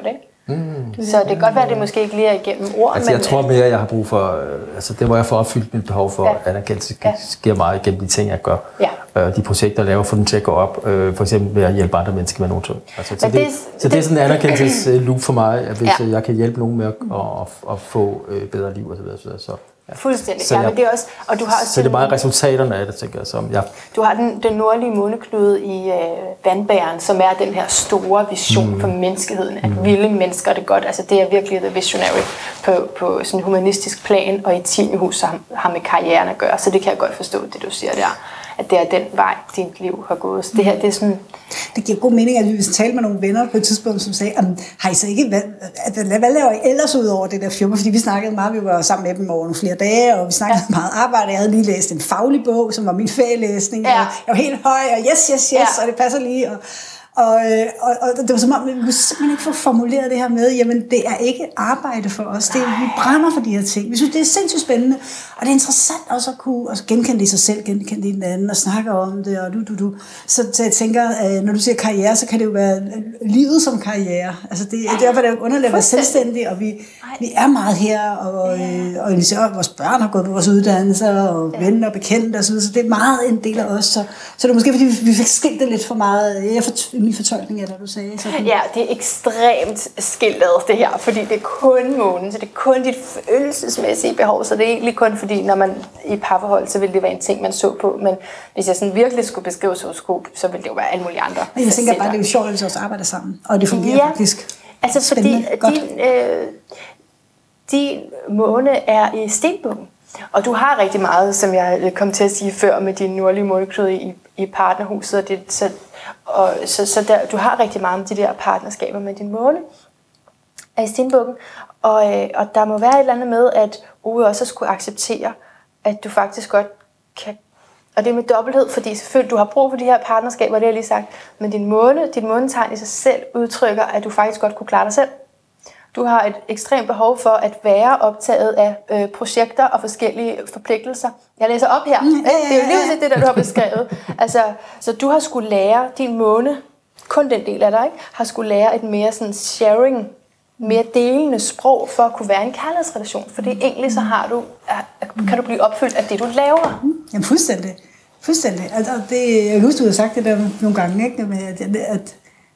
Mm. Så det kan godt være, at det måske ikke lige er igennem ord. Altså, jeg tror mere, at jeg har brug for, øh, altså det, hvor jeg får opfyldt mit behov for ja. anerkendelse, ja. sker meget igennem de ting, jeg gør. Ja. Øh, de projekter, jeg laver, for dem til at gå op, øh, for eksempel ved at hjælpe andre mennesker med nogle ting. Altså, så, det, det, så det, det er sådan en anerkendelsesloop for mig, at hvis ja. jeg kan hjælpe nogen med at, at, at, at få øh, bedre liv og så videre, så videre, så ja. Fuldstændig. Så, ja, men det er også, og du har også så det er meget resultaterne af det, tænker jeg. Som, ja. Du har den, den nordlige måneknude i øh, vandbæren, som er den her store vision mm. for menneskeheden, at mm. ville mennesker det godt. Altså det er virkelig the visionary på, på sådan en humanistisk plan, og i tiende hus har, har med karrieren at gøre. Så det kan jeg godt forstå, det du siger der, at det er den vej, dit liv har gået. Så det her, det er sådan... Det giver god mening, at vi talte med nogle venner på et tidspunkt, som sagde, har I så ikke, hvad, hvad laver I ellers ud over det der firma? Fordi vi snakkede meget, vi var sammen med dem over nogle flere dage, og vi snakkede ja. meget arbejde. Jeg havde lige læst en faglig bog, som var min ferielæsning, ja. og jeg var helt høj, og yes, yes, yes, ja. og det passer lige, og... Og, og, og det var som om, vi kunne simpelthen ikke få formuleret det her med, jamen det er ikke arbejde for os, det er, vi brænder for de her ting. Vi synes, det er sindssygt spændende, og det er interessant også at kunne altså genkende det i sig selv, genkende det i den anden, og snakke om det, og du, du, du. Så, så jeg tænker, når du siger karriere, så kan det jo være livet som karriere. Altså det, derfor er det jo underligt at være selvstændig, og vi, vi er meget her, og, ja. og især vores børn har gået på vores uddannelser, og ja. venner og bekendte og så videre, så det er meget en del af os. Så, så det er måske, fordi vi fik skilt det lidt for meget. Jeg for, min fortolkning af det, du sagde. Sådan. Ja, det er ekstremt skiltet det her, fordi det er kun månen, så det er kun dit følelsesmæssige behov, så det er egentlig kun fordi, når man i parforhold, så vil det være en ting, man så på, men hvis jeg sådan virkelig skulle beskrive horoskop, så ville det jo være alle mulige andre. Men jeg tænker bare, det er jo sjovt, at vi også arbejder sammen, og det fungerer ja, faktisk. Altså fordi din, øh, din måne er i stenbukken, og du har rigtig meget, som jeg kom til at sige før, med din nordlige måneknude i, i partnerhuset, og det, så Og så, så der, du har rigtig meget om de der partnerskaber med din måne af stenbukken, og, øh, og der må være et eller andet med, at Ove også skulle acceptere, at du faktisk godt kan, og det er med dobbelthed, fordi selvfølgelig du har brug for de her partnerskaber, det har jeg lige sagt, men din måne, dit månetegn i sig selv udtrykker, at du faktisk godt kunne klare dig selv. Du har et ekstremt behov for at være optaget af øh, projekter og forskellige forpligtelser. Jeg læser op her. Mm, ja, ja, ja. Det er jo lige det, der du har beskrevet. Altså, så du har skulle lære, din måne, kun den del af dig, ikke, har skulle lære et mere sådan sharing, mere delende sprog for at kunne være en kærlighedsrelation. Fordi egentlig så har du, kan du blive opfyldt af det, du laver. Jamen fuldstændig. Fuldstændig. Altså, det, jeg husker, du har sagt det der nogle gange, ikke? Med, at, at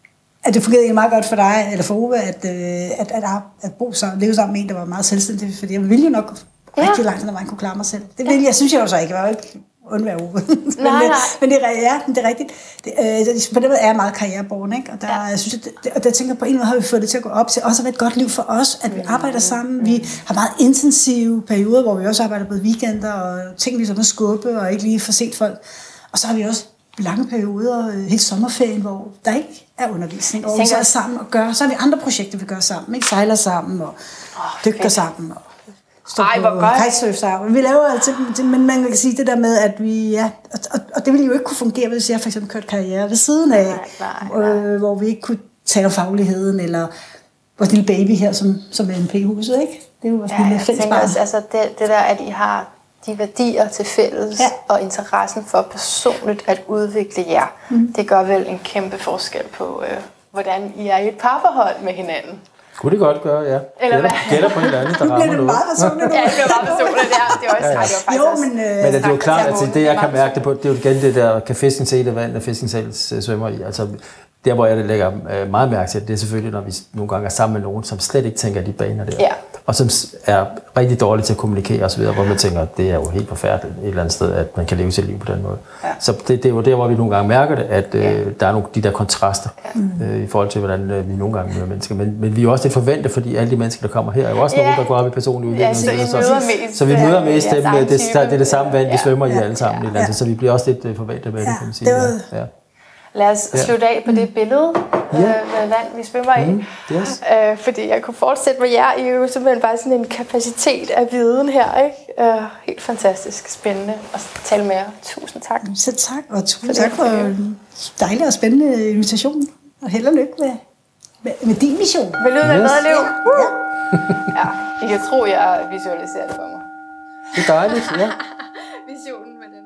at det fungerede meget godt for dig, eller for Ove, at, at, at, at bo sammen, leve sammen med en, der var meget selvstændig, fordi jeg ville jo nok ja. rigtig langt, når man kunne klare mig selv. Det ville, ja. jeg synes jeg jo så ikke, jeg var jo ikke undvære Ove. men, nej, nej. men det er ja, det er rigtigt. Det, øh, på den måde er jeg meget karriereborgen, ikke? Og der, ja. jeg synes, at det, og der tænker på en måde har vi fået det til at gå op til, også at være et godt liv for os, at vi arbejder sammen. Vi har meget intensive perioder, hvor vi også arbejder både weekender, og ting vi sådan skubbe, og ikke lige får set folk. Og så har vi også lange perioder, hele sommerferien, hvor der ikke er undervisning, og vi så er sammen og gør, så har vi andre projekter, vi gør sammen, ikke? Sejler sammen, og oh, dykker sammen, og står Ej, på kitesurf sammen. Vi laver altid, men man kan sige det der med, at vi, ja, og, og, og det ville jo ikke kunne fungere, hvis jeg for eksempel kørte karriere ved siden af, nej, nej, nej. Øh, hvor vi ikke kunne tale om fagligheden, eller vores lille baby her, som, som er en P-huset, ikke? Det er jo vores ja, lille fællesbarn. Også, altså det, det der, at I har de værdier til fælles, ja. og interessen for personligt at udvikle jer, mm. det gør vel en kæmpe forskel på, øh, hvordan I er i et parforhold med hinanden. Kunne det godt gøre, ja. Eller hvad? Gælder på hinanden, der rammer noget. Nu bliver det meget personligt. Ja, det bliver meget personligt, det er, det er også, ja, ja. det var jo, men, øh, men det er jo klart, at det jeg kan mærke det på, det er jo igen det der, kan fisken se det vand, og fisken selv svømmer i. Altså, der hvor jeg lægger meget mærke til, det er selvfølgelig, når vi nogle gange er sammen med nogen, som slet ikke tænker de baner der. Ja. Og som er rigtig dårlige til at kommunikere osv., hvor man tænker, at det er jo helt forfærdeligt et eller andet sted, at man kan leve sit liv på den måde. Ja. Så det, det er jo der, hvor vi nogle gange mærker det, at ja. øh, der er nogle de der kontraster ja. øh, i forhold til, hvordan øh, vi nogle gange møder mennesker. Men, men vi er jo også lidt forventet, fordi alle de mennesker, der kommer her, er jo også ja. nogen, der går op i personlig udvikling. Ja, så, så, så, så, så vi møder mest dem, det, det, det er det samme vand, vi svømmer ja. i alle sammen. Ja. Ja. Så vi bliver også lidt øh, forventet med ja. det, kan man sige. Ja. Ja. Lad os ja. slutte af på det billede ja. øh, med vand, vi svømmer i. Mm, yes. øh, fordi jeg kunne fortsætte med jer. I er jo simpelthen bare sådan en kapacitet af viden her. Ikke? Øh, helt fantastisk spændende at tale med jer. Tusind tak. Selv tak, og tusind for tak for en dejlig og spændende invitation. Og held og lykke med, med, med din mission. Med lyden af yes. bedre liv. Ja. ja. I kan tro, jeg visualiserer det for mig. Det er dejligt, ja. Visionen med den.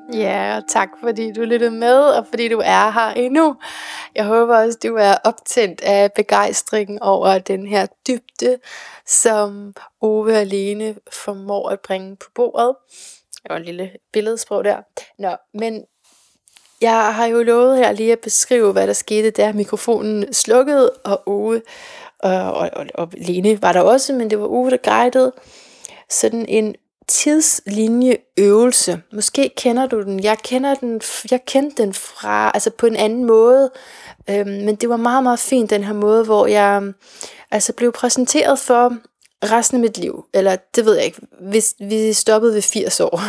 Ja, og tak fordi du lyttede med, og fordi du er her endnu. Jeg håber også, du er optændt af begejstringen over den her dybde, som Ove og Lene formår at bringe på bordet. Det var en lille billedsprog der. Nå, men jeg har jo lovet her lige at beskrive, hvad der skete, da mikrofonen slukkede, og Ove og, og, og, og Lene var der også, men det var Ove, der guidede sådan en tidslinjeøvelse. Måske kender du den. Jeg kender den. Jeg kendte den fra, altså på en anden måde, øhm, men det var meget, meget fint, den her måde, hvor jeg altså blev præsenteret for resten af mit liv, eller det ved jeg ikke, hvis vi stoppede ved firs år.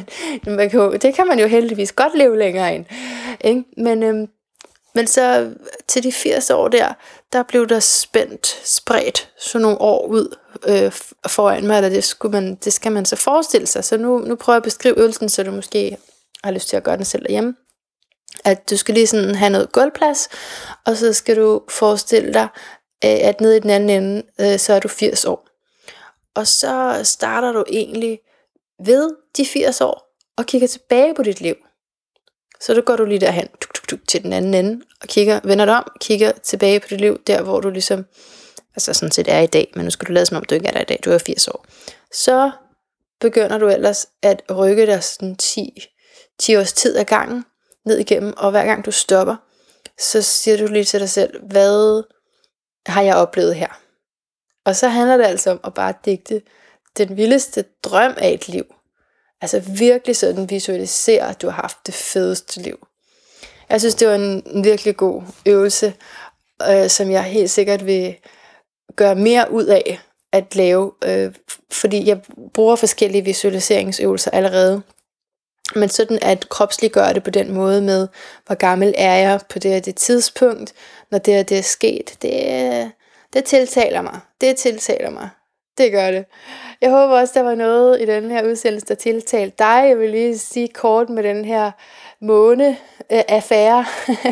Det kan man jo heldigvis godt leve længere end. Ikke? Men, øhm, men så til de firs år der, der blev der spændt, spredt sådan nogle år ud øh, foran mig, eller det, skulle man, det skal man så forestille sig. Så nu, nu prøver jeg at beskrive øvelsen, så du måske har lyst til at gøre den selv derhjemme. At du skal lige sådan have noget gulvplads, og så skal du forestille dig, at nede i den anden ende, øh, så er du firs år. Og så starter du egentlig ved de firs år, og kigger tilbage på dit liv. Så går du lige derhen tuk, tuk, tuk, til den anden ende, og kigger, vender dig om, kigger tilbage på dit liv, der hvor du ligesom, altså sådan set er i dag, men nu skal du lade som om du ikke er der i dag, du er firs år. Så begynder du ellers at rykke dig sådan ti års tid ad gangen, ned igennem, og hver gang du stopper, så siger du lige til dig selv, hvad har jeg oplevet her? Og så handler det altså om at bare digte den vildeste drøm af et liv. Altså virkelig sådan visualisere, at du har haft det fedeste liv. Jeg synes, det var en, en virkelig god øvelse, øh, som jeg helt sikkert vil gøre mere ud af at lave. Øh, fordi jeg bruger forskellige visualiseringsøvelser allerede. Men sådan at kropsliggøre det på den måde med, hvor gammel er jeg på det her det tidspunkt, når det her det er sket. Det, det tiltaler mig. Det tiltaler mig. Det gør det. Jeg håber også, der var noget i den her udsendelse, der tiltalte dig. Jeg vil lige sige kort med den her måne-affære.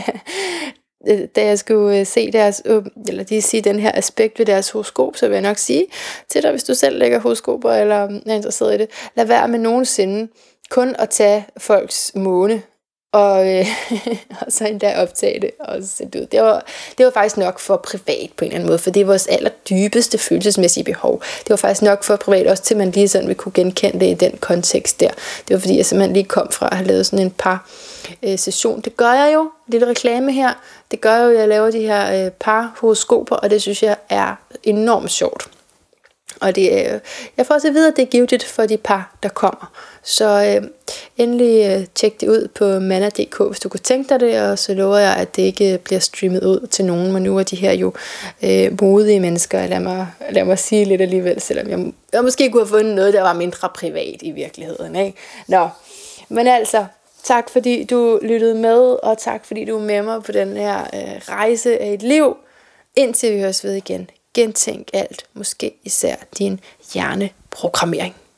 Da jeg skulle se deres, eller de sige den her aspekt ved deres horoskop, så vil jeg nok sige til dig, hvis du selv lægger horoskoper, eller er interesseret i det, lad være med nogensinde kun at tage folks måne, og, øh, og så endda optage det, og så det ud. Det var, det var faktisk nok for privat på en eller anden måde, for det er vores allerdybeste følelsesmæssige behov. Det var faktisk nok for privat, også til man lige sådan vil kunne genkende det i den kontekst der. Det var fordi, jeg simpelthen lige kom fra at have lavet sådan en par øh, session. Det gør jeg jo, lille reklame her, det gør jeg jo, jeg laver de her øh, par horoskoper, og det synes jeg er enormt sjovt. Og det, øh, jeg får også at vide, at det er givetigt for de par, der kommer. Så øh, endelig øh, tjek det ud på manna punktum d k, hvis du kunne tænke dig det, og så lover jeg, at det ikke bliver streamet ud til nogen, men nu er de her jo øh, modige mennesker, lad mig, lad mig sige lidt alligevel, selvom jeg, jeg måske kunne have fundet noget, der var mindre privat i virkeligheden. Ikke? Nå, men altså, tak fordi du lyttede med, og tak fordi du er med mig på den her øh, rejse af et liv, indtil vi høres ved igen. Gentænk alt, måske især din hjerneprogrammering.